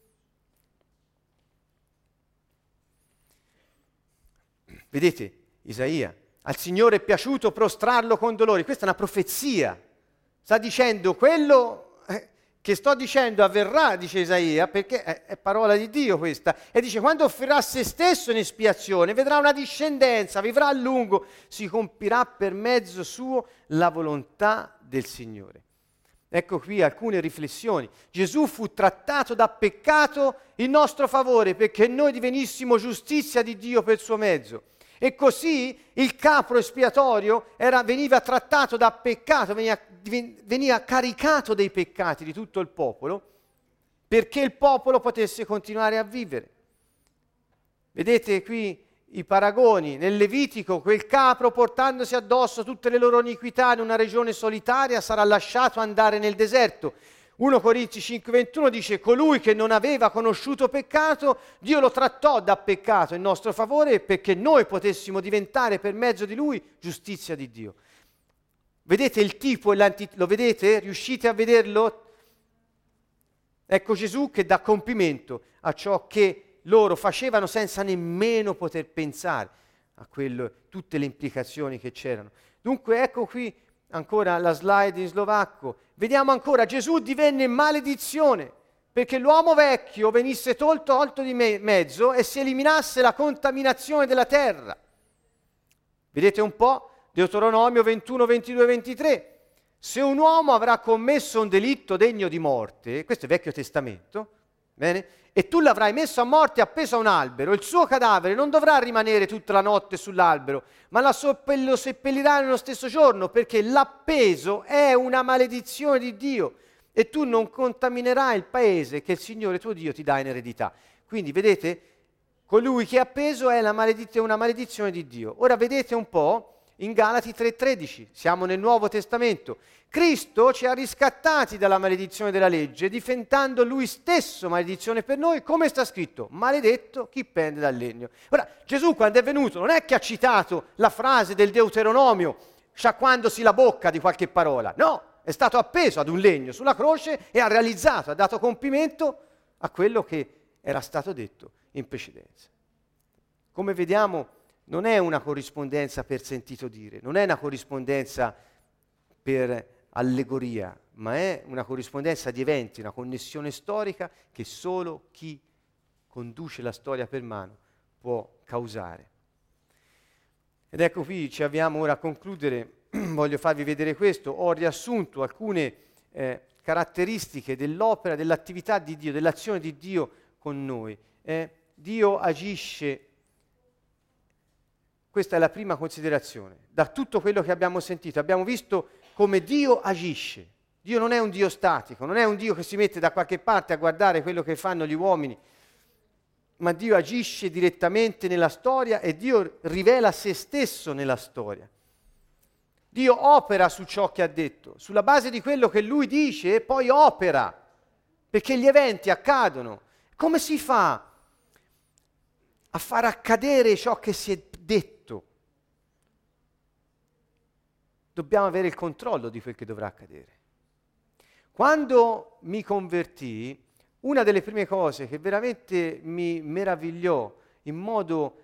Vedete, Isaia, al Signore è piaciuto prostrarlo con dolori. Questa è una profezia. Sta dicendo quello che sto dicendo avverrà, dice Isaia, perché è parola di Dio questa, e dice: quando offrirà se stesso in espiazione, vedrà una discendenza, vivrà a lungo, si compirà per mezzo suo la volontà del Signore. Ecco qui alcune riflessioni. Gesù fu trattato da peccato in nostro favore, perché noi divenissimo giustizia di Dio per suo mezzo. E così il capro espiatorio veniva trattato da peccato, veniva caricato dei peccati di tutto il popolo, perché il popolo potesse continuare a vivere. Vedete qui i paragoni. Nel Levitico, quel capro, portandosi addosso tutte le loro iniquità in una regione solitaria, sarà lasciato andare nel deserto. 1 Corinzi 5,21 dice: colui che non aveva conosciuto peccato, Dio lo trattò da peccato in nostro favore perché noi potessimo diventare per mezzo di lui giustizia di Dio. Vedete il tipo e lo vedete? Riuscite a vederlo? Ecco Gesù che dà compimento a ciò che loro facevano senza nemmeno poter pensare a tutte le implicazioni che c'erano. Dunque ecco qui ancora la slide in slovacco. Vediamo ancora, Gesù divenne maledizione perché l'uomo vecchio venisse tolto di mezzo e si eliminasse la contaminazione della terra. Vedete un po'? Deuteronomio 21, 22, 23. Se un uomo avrà commesso un delitto degno di morte, questo è Vecchio Testamento, bene? E tu l'avrai messo a morte appeso a un albero, il suo cadavere non dovrà rimanere tutta la notte sull'albero, ma lo seppellirai nello stesso giorno, perché l'appeso è una maledizione di Dio e tu non contaminerai il paese che il Signore tuo Dio ti dà in eredità. Quindi vedete, colui che è appeso è una maledizione di Dio. Ora vedete un po', in Galati 3,13, siamo nel Nuovo Testamento. Cristo ci ha riscattati dalla maledizione della legge, diventando lui stesso maledizione per noi, come sta scritto: maledetto chi pende dal legno. Ora, Gesù quando è venuto non è che ha citato la frase del Deuteronomio, sciacquandosi la bocca di qualche parola, no, è stato appeso ad un legno sulla croce e ha realizzato, ha dato compimento a quello che era stato detto in precedenza. Come vediamo, non è una corrispondenza per sentito dire, non è una corrispondenza per allegoria, ma è una corrispondenza di eventi, una connessione storica che solo chi conduce la storia per mano può causare. Ed ecco qui, ci avviamo ora a concludere, voglio farvi vedere questo, ho riassunto alcune caratteristiche dell'opera, dell'attività di Dio, dell'azione di Dio con noi. Dio agisce. Questa è la prima considerazione. Da tutto quello che abbiamo sentito, abbiamo visto come Dio agisce. Dio non è un Dio statico, non è un Dio che si mette da qualche parte a guardare quello che fanno gli uomini, ma Dio agisce direttamente nella storia e Dio rivela se stesso nella storia. Dio opera su ciò che ha detto, sulla base di quello che Lui dice, e poi opera, perché gli eventi accadono. Come si fa a far accadere ciò che si è detto? Dobbiamo avere il controllo di quel che dovrà accadere. Quando mi convertii, una delle prime cose che veramente mi meravigliò in modo,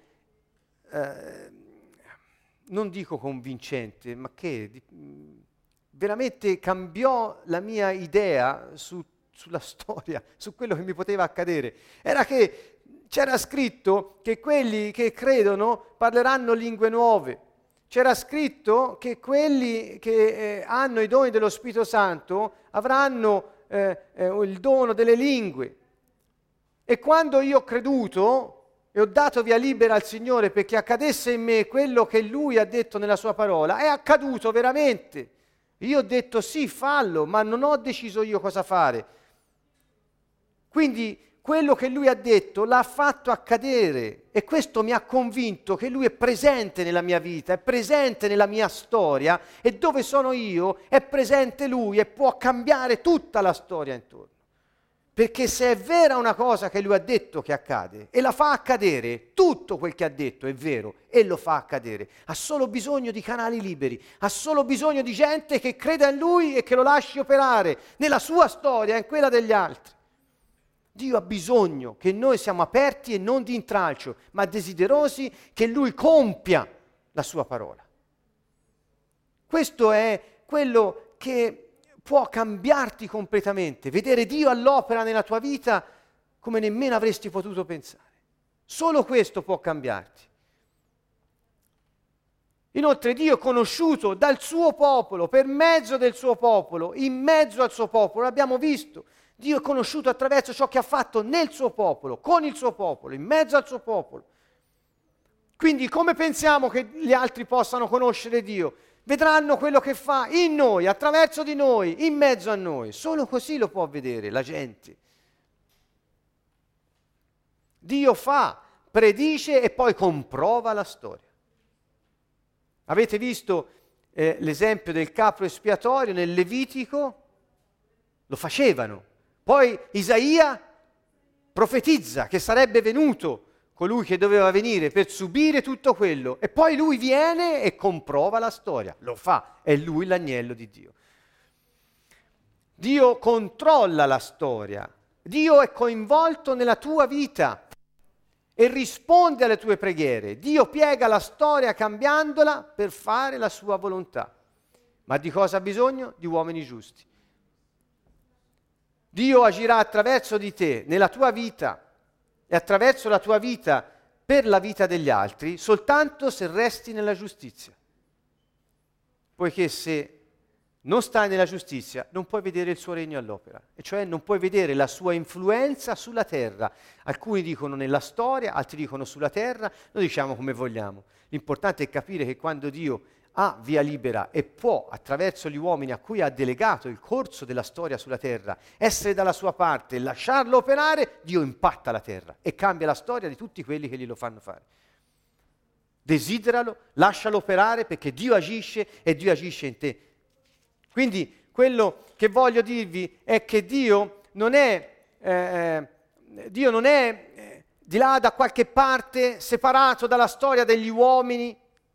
non dico convincente, ma che veramente cambiò la mia idea sulla storia, su quello che mi poteva accadere, era che c'era scritto che quelli che credono parleranno lingue nuove. C'era scritto che quelli che hanno i doni dello Spirito Santo avranno il dono delle lingue. E quando io ho creduto e ho dato via libera al Signore perché accadesse in me quello che Lui ha detto nella Sua parola, è accaduto veramente. Io ho detto sì, fallo, ma non ho deciso io cosa fare. Quindi quello che Lui ha detto l'ha fatto accadere e questo mi ha convinto che Lui è presente nella mia vita, è presente nella mia storia e dove sono io è presente Lui e può cambiare tutta la storia intorno. Perché se è vera una cosa che Lui ha detto che accade e la fa accadere, tutto quel che ha detto è vero e lo fa accadere. Ha solo bisogno di canali liberi, ha solo bisogno di gente che creda in Lui e che lo lasci operare nella sua storia e in quella degli altri. Dio ha bisogno che noi siamo aperti e non di intralcio, ma desiderosi che Lui compia la sua parola. Questo è quello che può cambiarti completamente, vedere Dio all'opera nella tua vita come nemmeno avresti potuto pensare. Solo questo può cambiarti. Inoltre Dio è conosciuto dal suo popolo, per mezzo del suo popolo, in mezzo al suo popolo, l'abbiamo visto. Dio è conosciuto attraverso ciò che ha fatto nel suo popolo, con il suo popolo, in mezzo al suo popolo. Quindi come pensiamo che gli altri possano conoscere Dio? Vedranno quello che fa in noi, attraverso di noi, in mezzo a noi. Solo così lo può vedere la gente. Dio fa, predice e poi comprova la storia. Avete visto l'esempio del capro espiatorio nel Levitico? lo facevano. Poi Isaia profetizza che sarebbe venuto colui che doveva venire per subire tutto quello, e poi lui viene e comprova la storia, lo fa, è lui l'agnello di Dio. Dio controlla la storia, Dio è coinvolto nella tua vita e risponde alle tue preghiere. Dio piega la storia cambiandola per fare la sua volontà. Ma di cosa ha bisogno? Di uomini giusti. Dio agirà attraverso di te, nella tua vita e attraverso la tua vita per la vita degli altri, soltanto se resti nella giustizia. Poiché se non stai nella giustizia, non puoi vedere il suo regno all'opera, e cioè non puoi vedere la sua influenza sulla terra. Alcuni dicono nella storia, altri dicono sulla terra, noi diciamo come vogliamo. L'importante è capire che quando Dio ha via libera e può, attraverso gli uomini a cui ha delegato il corso della storia sulla terra, essere dalla sua parte e lasciarlo operare, Dio impatta la terra e cambia la storia di tutti quelli che glielo fanno fare. Desideralo, lascialo operare, perché Dio agisce e Dio agisce in te. Quindi quello che voglio dirvi è che Dio non è di là da qualche parte, separato dalla storia degli uomini.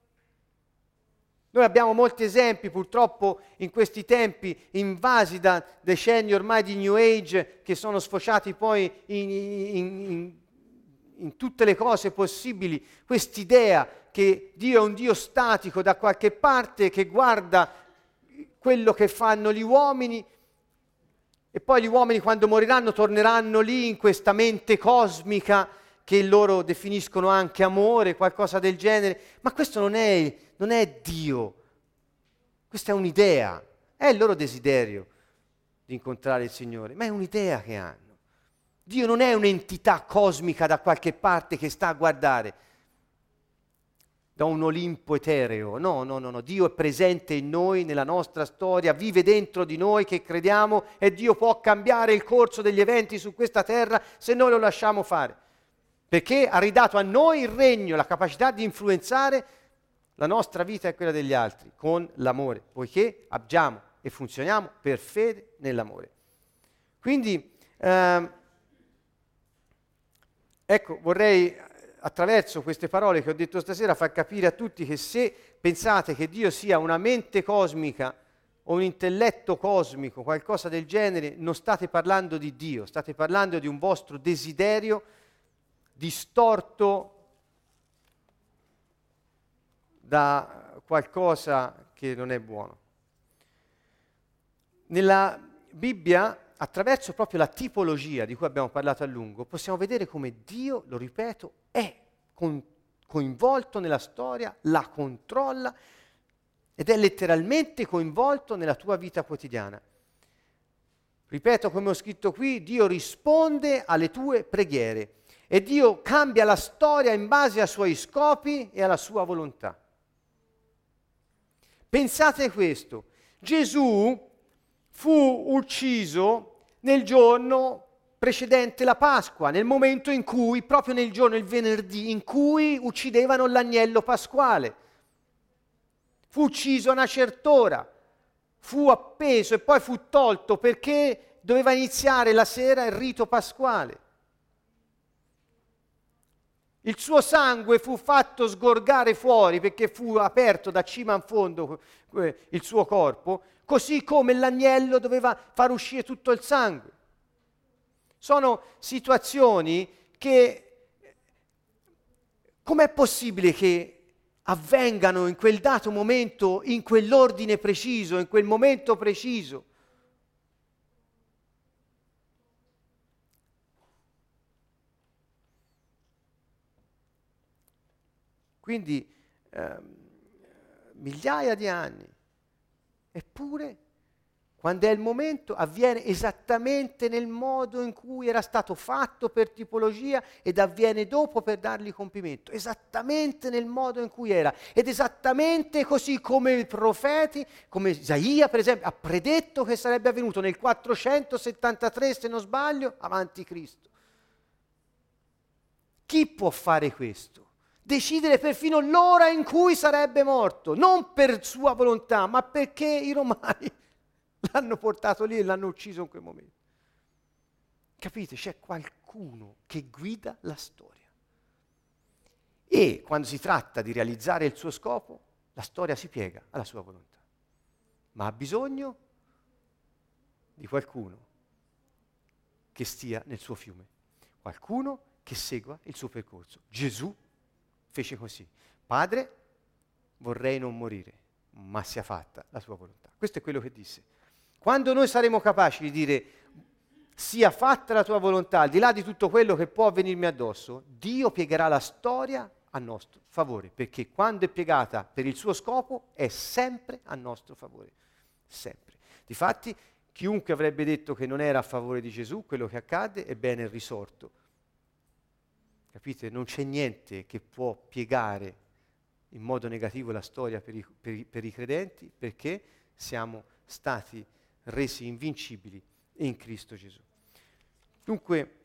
Noi abbiamo molti esempi, purtroppo, in questi tempi, invasi da decenni ormai di New Age, che sono sfociati poi in tutte le cose possibili. Quest'idea che Dio è un Dio statico da qualche parte, che guarda quello che fanno gli uomini, e poi gli uomini quando moriranno torneranno lì in questa mente cosmica che loro definiscono anche amore, qualcosa del genere. Ma questo non è Dio, questa è un'idea, è il loro desiderio di incontrare il Signore, ma è un'idea che hanno. Dio non è un'entità cosmica da qualche parte che sta a guardare da un Olimpo etereo. No. Dio è presente in noi, nella nostra storia, vive dentro di noi che crediamo, e Dio può cambiare il corso degli eventi su questa terra se noi lo lasciamo fare. Perché ha ridato a noi il regno, la capacità di influenzare la nostra vita e quella degli altri con l'amore, poiché agiamo e funzioniamo per fede nell'amore. Quindi, ecco, vorrei attraverso queste parole che ho detto stasera far capire a tutti che se pensate che Dio sia una mente cosmica o un intelletto cosmico, qualcosa del genere, non state parlando di Dio, state parlando di un vostro desiderio distorto da qualcosa che non è buono. Nella Bibbia, attraverso proprio la tipologia di cui abbiamo parlato a lungo, possiamo vedere come Dio, lo ripeto, è coinvolto nella storia, la controlla ed è letteralmente coinvolto nella tua vita quotidiana. Ripeto, come ho scritto qui, Dio risponde alle tue preghiere e Dio cambia la storia in base ai suoi scopi e alla sua volontà. Pensate questo, Gesù fu ucciso nel giorno precedente la Pasqua, nel momento in cui, proprio nel giorno, il venerdì, in cui uccidevano l'agnello pasquale. Fu ucciso a una certa ora, fu appeso e poi fu tolto perché doveva iniziare la sera il rito pasquale. Il suo sangue fu fatto sgorgare fuori perché fu aperto da cima in fondo il suo corpo, così come l'agnello doveva far uscire tutto il sangue. Sono situazioni che, com'è possibile che avvengano in quel dato momento, in quell'ordine preciso, in quel momento preciso? Quindi migliaia di anni, eppure quando è il momento avviene esattamente nel modo in cui era stato fatto per tipologia ed avviene dopo per dargli compimento, esattamente nel modo in cui era ed esattamente così come i profeti, come Isaia per esempio, ha predetto che sarebbe avvenuto nel 473 se non sbaglio avanti Cristo. Chi può fare questo? Decidere perfino l'ora in cui sarebbe morto, non per sua volontà, ma perché i romani l'hanno portato lì e l'hanno ucciso in quel momento. Capite? C'è qualcuno che guida la storia. E quando si tratta di realizzare il suo scopo, la storia si piega alla sua volontà. Ma ha bisogno di qualcuno che stia nel suo fiume, qualcuno che segua il suo percorso. Gesù fece così. Padre, vorrei non morire, ma sia fatta la tua volontà. Questo è quello che disse. Quando noi saremo capaci di dire sia fatta la tua volontà, al di là di tutto quello che può venirmi addosso, Dio piegherà la storia a nostro favore, perché quando è piegata per il suo scopo è sempre a nostro favore, sempre. Difatti, chiunque avrebbe detto che non era a favore di Gesù, quello che accadde, ebbene è risorto. Capite? Non c'è niente che può piegare in modo negativo la storia per i credenti, perché siamo stati resi invincibili in Cristo Gesù. Dunque,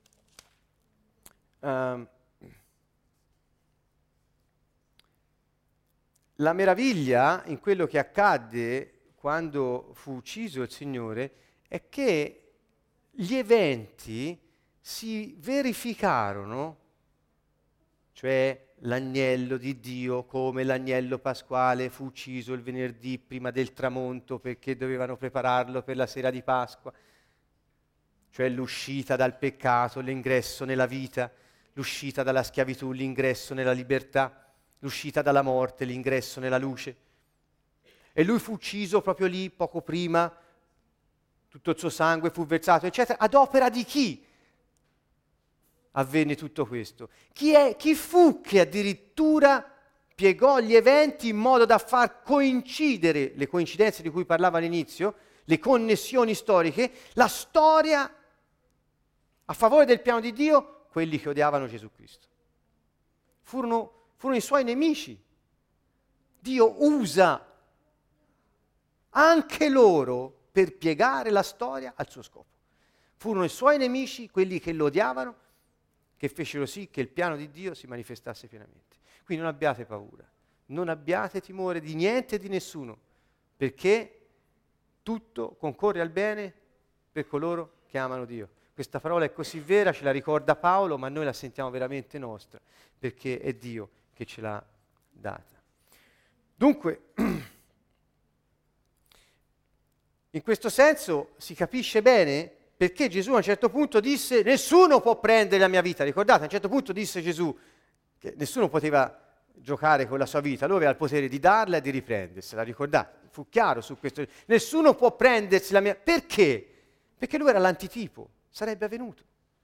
la meraviglia in quello che accadde quando fu ucciso il Signore è che gli eventi si verificarono, cioè l'agnello di Dio, come l'agnello pasquale fu ucciso il venerdì prima del tramonto perché dovevano prepararlo per la sera di Pasqua, cioè l'uscita dal peccato, l'ingresso nella vita, l'uscita dalla schiavitù, l'ingresso nella libertà, l'uscita dalla morte, l'ingresso nella luce. E lui fu ucciso proprio lì, poco prima, tutto il suo sangue fu versato, eccetera. Ad opera di chi avvenne tutto questo? Chi fu che addirittura piegò gli eventi in modo da far coincidere le coincidenze di cui parlavo all'inizio, le connessioni storiche, la storia a favore del piano di Dio, quelli che odiavano Gesù Cristo. Furono i suoi nemici. Dio usa anche loro per piegare la storia al suo scopo. Furono i suoi nemici, quelli che lo odiavano, che fecero sì che il piano di Dio si manifestasse pienamente. Quindi non abbiate paura, non abbiate timore di niente e di nessuno, perché tutto concorre al bene per coloro che amano Dio. Questa parola è così vera, ce la ricorda Paolo, ma noi la sentiamo veramente nostra, perché è Dio che ce l'ha data. Dunque, in questo senso si capisce bene perché Gesù a un certo punto disse nessuno può prendere la mia vita. Ricordate, a un certo punto disse Gesù che nessuno poteva giocare con la sua vita, lui aveva il potere di darla e di riprendersela, ricordate? Fu chiaro su questo. Nessuno può prendersi la mia... Perché? Perché lui era l'antitipo, sarebbe avvenuto.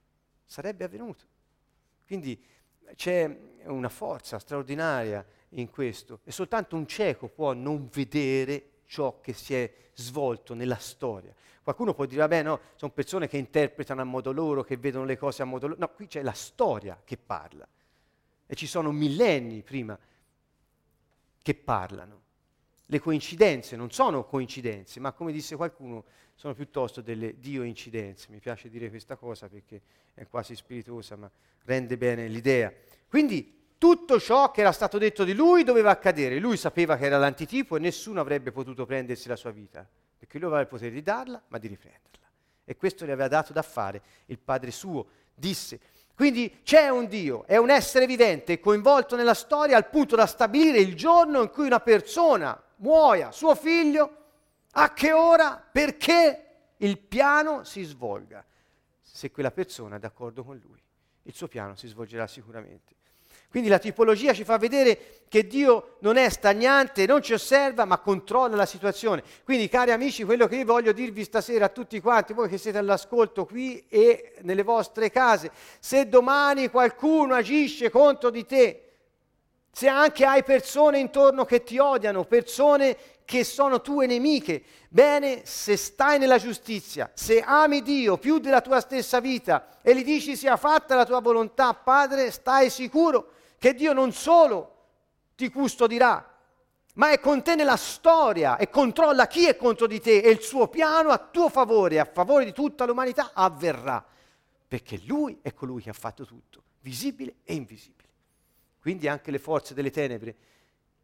Quindi c'è una forza straordinaria in questo e soltanto un cieco può non vedere ciò che si è svolto nella storia. Qualcuno può dire, vabbè no, sono persone che interpretano a modo loro, che vedono le cose a modo loro. No, qui c'è la storia che parla. E ci sono millenni prima che parlano. Le coincidenze non sono coincidenze, ma come disse qualcuno, sono piuttosto delle dio-incidenze. Mi piace dire questa cosa perché è quasi spiritosa, ma rende bene l'idea. Quindi tutto ciò che era stato detto di lui doveva accadere. Lui sapeva che era l'antitipo e nessuno avrebbe potuto prendersi la sua vita, perché lui aveva il potere di darla, ma di riprenderla. E questo gli aveva dato da fare il Padre suo. Disse, quindi c'è un Dio, è un essere vivente, coinvolto nella storia al punto da stabilire il giorno in cui una persona muoia, suo figlio, a che ora, perché il piano si svolga. Se quella persona è d'accordo con lui, il suo piano si svolgerà sicuramente. Quindi la tipologia ci fa vedere che Dio non è stagnante, non ci osserva, ma controlla la situazione. Quindi, cari amici, quello che io voglio dirvi stasera a tutti quanti, voi che siete all'ascolto qui e nelle vostre case, se domani qualcuno agisce contro di te, se anche hai persone intorno che ti odiano, persone che sono tue nemiche, bene, se stai nella giustizia, se ami Dio più della tua stessa vita e gli dici sia fatta la tua volontà, Padre, stai sicuro che Dio non solo ti custodirà, ma è con te nella storia e controlla chi è contro di te e il suo piano a tuo favore, a favore di tutta l'umanità, avverrà, perché Lui è colui che ha fatto tutto, visibile e invisibile. Quindi anche le forze delle tenebre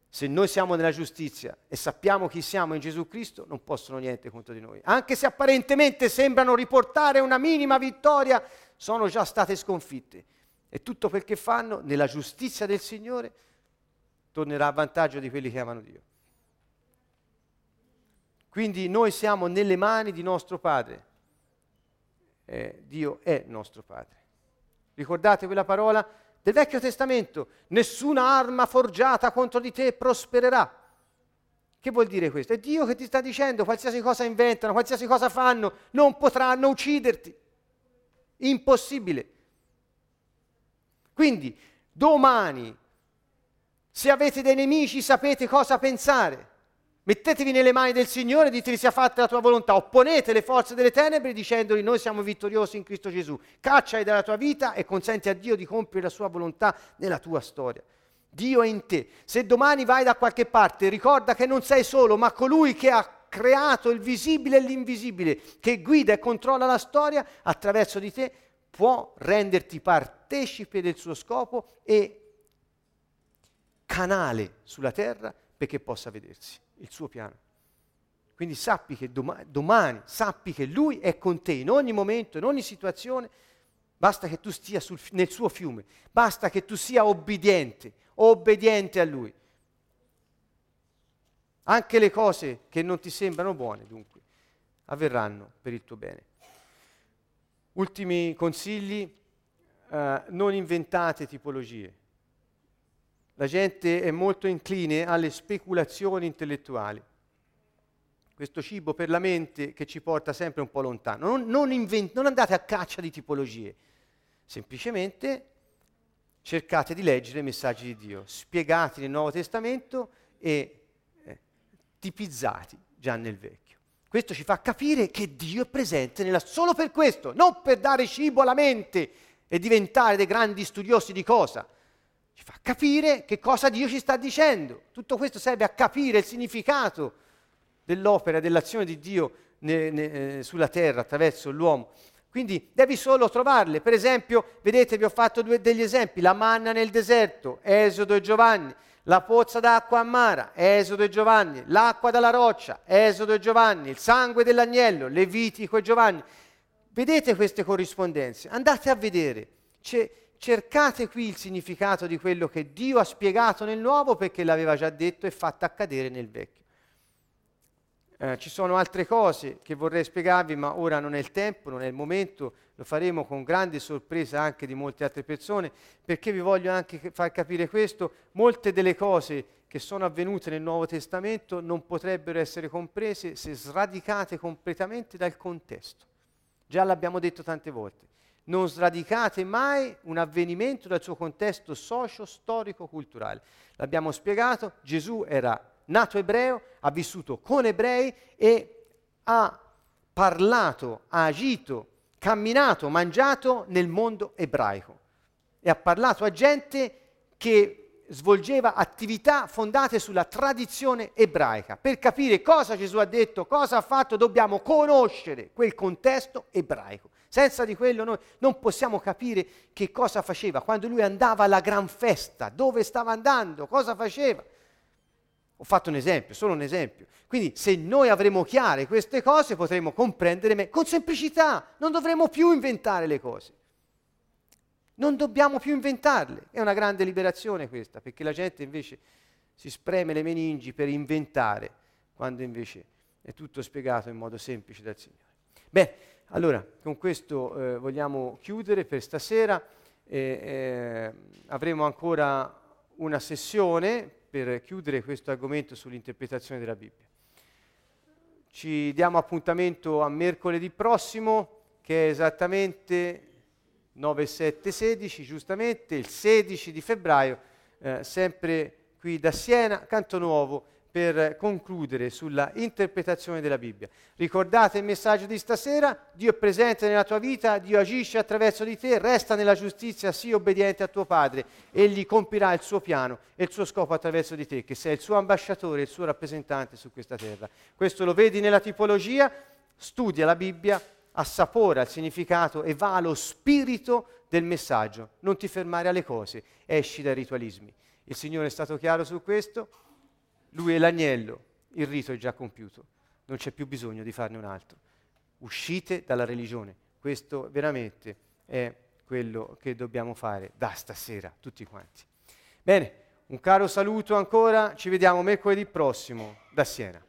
Se noi siamo nella giustizia e sappiamo chi siamo in Gesù Cristo, non possono niente contro di noi. Anche se apparentemente sembrano riportare una minima vittoria, sono già state sconfitte. E tutto quel che fanno, nella giustizia del Signore, tornerà a vantaggio di quelli che amano Dio. Quindi noi siamo nelle mani di nostro Padre. Dio è nostro Padre. Ricordate quella parola del Vecchio Testamento? Nessuna arma forgiata contro di te prospererà. Che vuol dire questo? È Dio che ti sta dicendo: qualsiasi cosa inventano, qualsiasi cosa fanno, non potranno ucciderti. Impossibile. Quindi, domani, se avete dei nemici, sapete cosa pensare. Mettetevi nelle mani del Signore e ditevi: sia fatta la tua volontà. Opponete le forze delle tenebre dicendogli: noi siamo vittoriosi in Cristo Gesù. Cacciali dalla tua vita e consenti a Dio di compiere la sua volontà nella tua storia. Dio è in te. Se domani vai da qualche parte, ricorda che non sei solo, ma colui che ha creato il visibile e l'invisibile, che guida e controlla la storia attraverso di te, può renderti partecipe del suo scopo e canale sulla terra perché possa vedersi il suo piano. Quindi sappi che domani sappi che Lui è con te in ogni momento, in ogni situazione. Basta che tu stia nel suo fiume, basta che tu sia obbediente a Lui. Anche le cose che non ti sembrano buone, dunque, avverranno per il tuo bene. Ultimi consigli: non inventate tipologie. La gente è molto incline alle speculazioni intellettuali. Questo cibo per la mente che ci porta sempre un po' lontano. Non andate a caccia di tipologie, semplicemente cercate di leggere i messaggi di Dio, spiegati nel Nuovo Testamento e tipizzati già nel Vecchio. Questo ci fa capire che Dio è presente solo per questo, non per dare cibo alla mente e diventare dei grandi studiosi di cosa. Ci fa capire che cosa Dio ci sta dicendo. Tutto questo serve a capire il significato dell'opera, dell'azione di Dio sulla terra attraverso l'uomo. Quindi devi solo trovarle. Per esempio, vedete, vi ho fatto degli esempi: la manna nel deserto, Esodo e Giovanni; la pozza d'acqua amara, Esodo e Giovanni; l'acqua dalla roccia, Esodo e Giovanni; il sangue dell'agnello, Levitico e Giovanni. Vedete queste corrispondenze? Andate a vedere. Cercate qui il significato di quello che Dio ha spiegato nel Nuovo, perché l'aveva già detto e fatto accadere nel Vecchio. Ci sono altre cose che vorrei spiegarvi, ma ora non è il tempo, non è il momento. Lo faremo con grande sorpresa anche di molte altre persone, perché vi voglio anche far capire questo: molte delle cose che sono avvenute nel Nuovo Testamento non potrebbero essere comprese se sradicate completamente dal contesto. Già l'abbiamo detto tante volte: non sradicate mai un avvenimento dal suo contesto socio-storico-culturale. L'abbiamo spiegato: Gesù era nato ebreo, ha vissuto con ebrei e ha parlato, ha agito, camminato, mangiato nel mondo ebraico. E ha parlato a gente che svolgeva attività fondate sulla tradizione ebraica. Per capire cosa Gesù ha detto, cosa ha fatto, dobbiamo conoscere quel contesto ebraico. Senza di quello noi non possiamo capire che cosa faceva. Quando lui andava alla gran festa, dove stava andando, cosa faceva. Ho fatto un esempio, solo un esempio. Quindi se noi avremo chiare queste cose potremo comprendere con semplicità. Non dovremo più inventare le cose. Non dobbiamo più inventarle. È una grande liberazione questa, perché la gente invece si spreme le meningi per inventare, quando invece è tutto spiegato in modo semplice dal Signore. Beh, allora, con questo vogliamo chiudere per stasera. Avremo ancora una sessione per chiudere questo argomento sull'interpretazione della Bibbia. Ci diamo appuntamento a mercoledì prossimo, che è esattamente 9, 7, 16, giustamente, il 16 di febbraio, sempre qui da Siena, Canto Nuovo, per concludere sulla interpretazione della Bibbia. Ricordate il messaggio di stasera: Dio è presente nella tua vita, Dio agisce attraverso di te, resta nella giustizia, sii obbediente a tuo Padre, Egli compirà il suo piano e il suo scopo attraverso di te, che sei il suo ambasciatore, il suo rappresentante su questa terra. Questo lo vedi nella tipologia, studia la Bibbia, assapora il significato e va allo spirito del messaggio. Non ti fermare alle cose, esci dai ritualismi. Il Signore è stato chiaro su questo. lui è l'agnello, il rito è già compiuto, non c'è più bisogno di farne un altro. Uscite dalla religione, questo veramente è quello che dobbiamo fare da stasera, tutti quanti. Bene, un caro saluto ancora, ci vediamo mercoledì prossimo da Siena.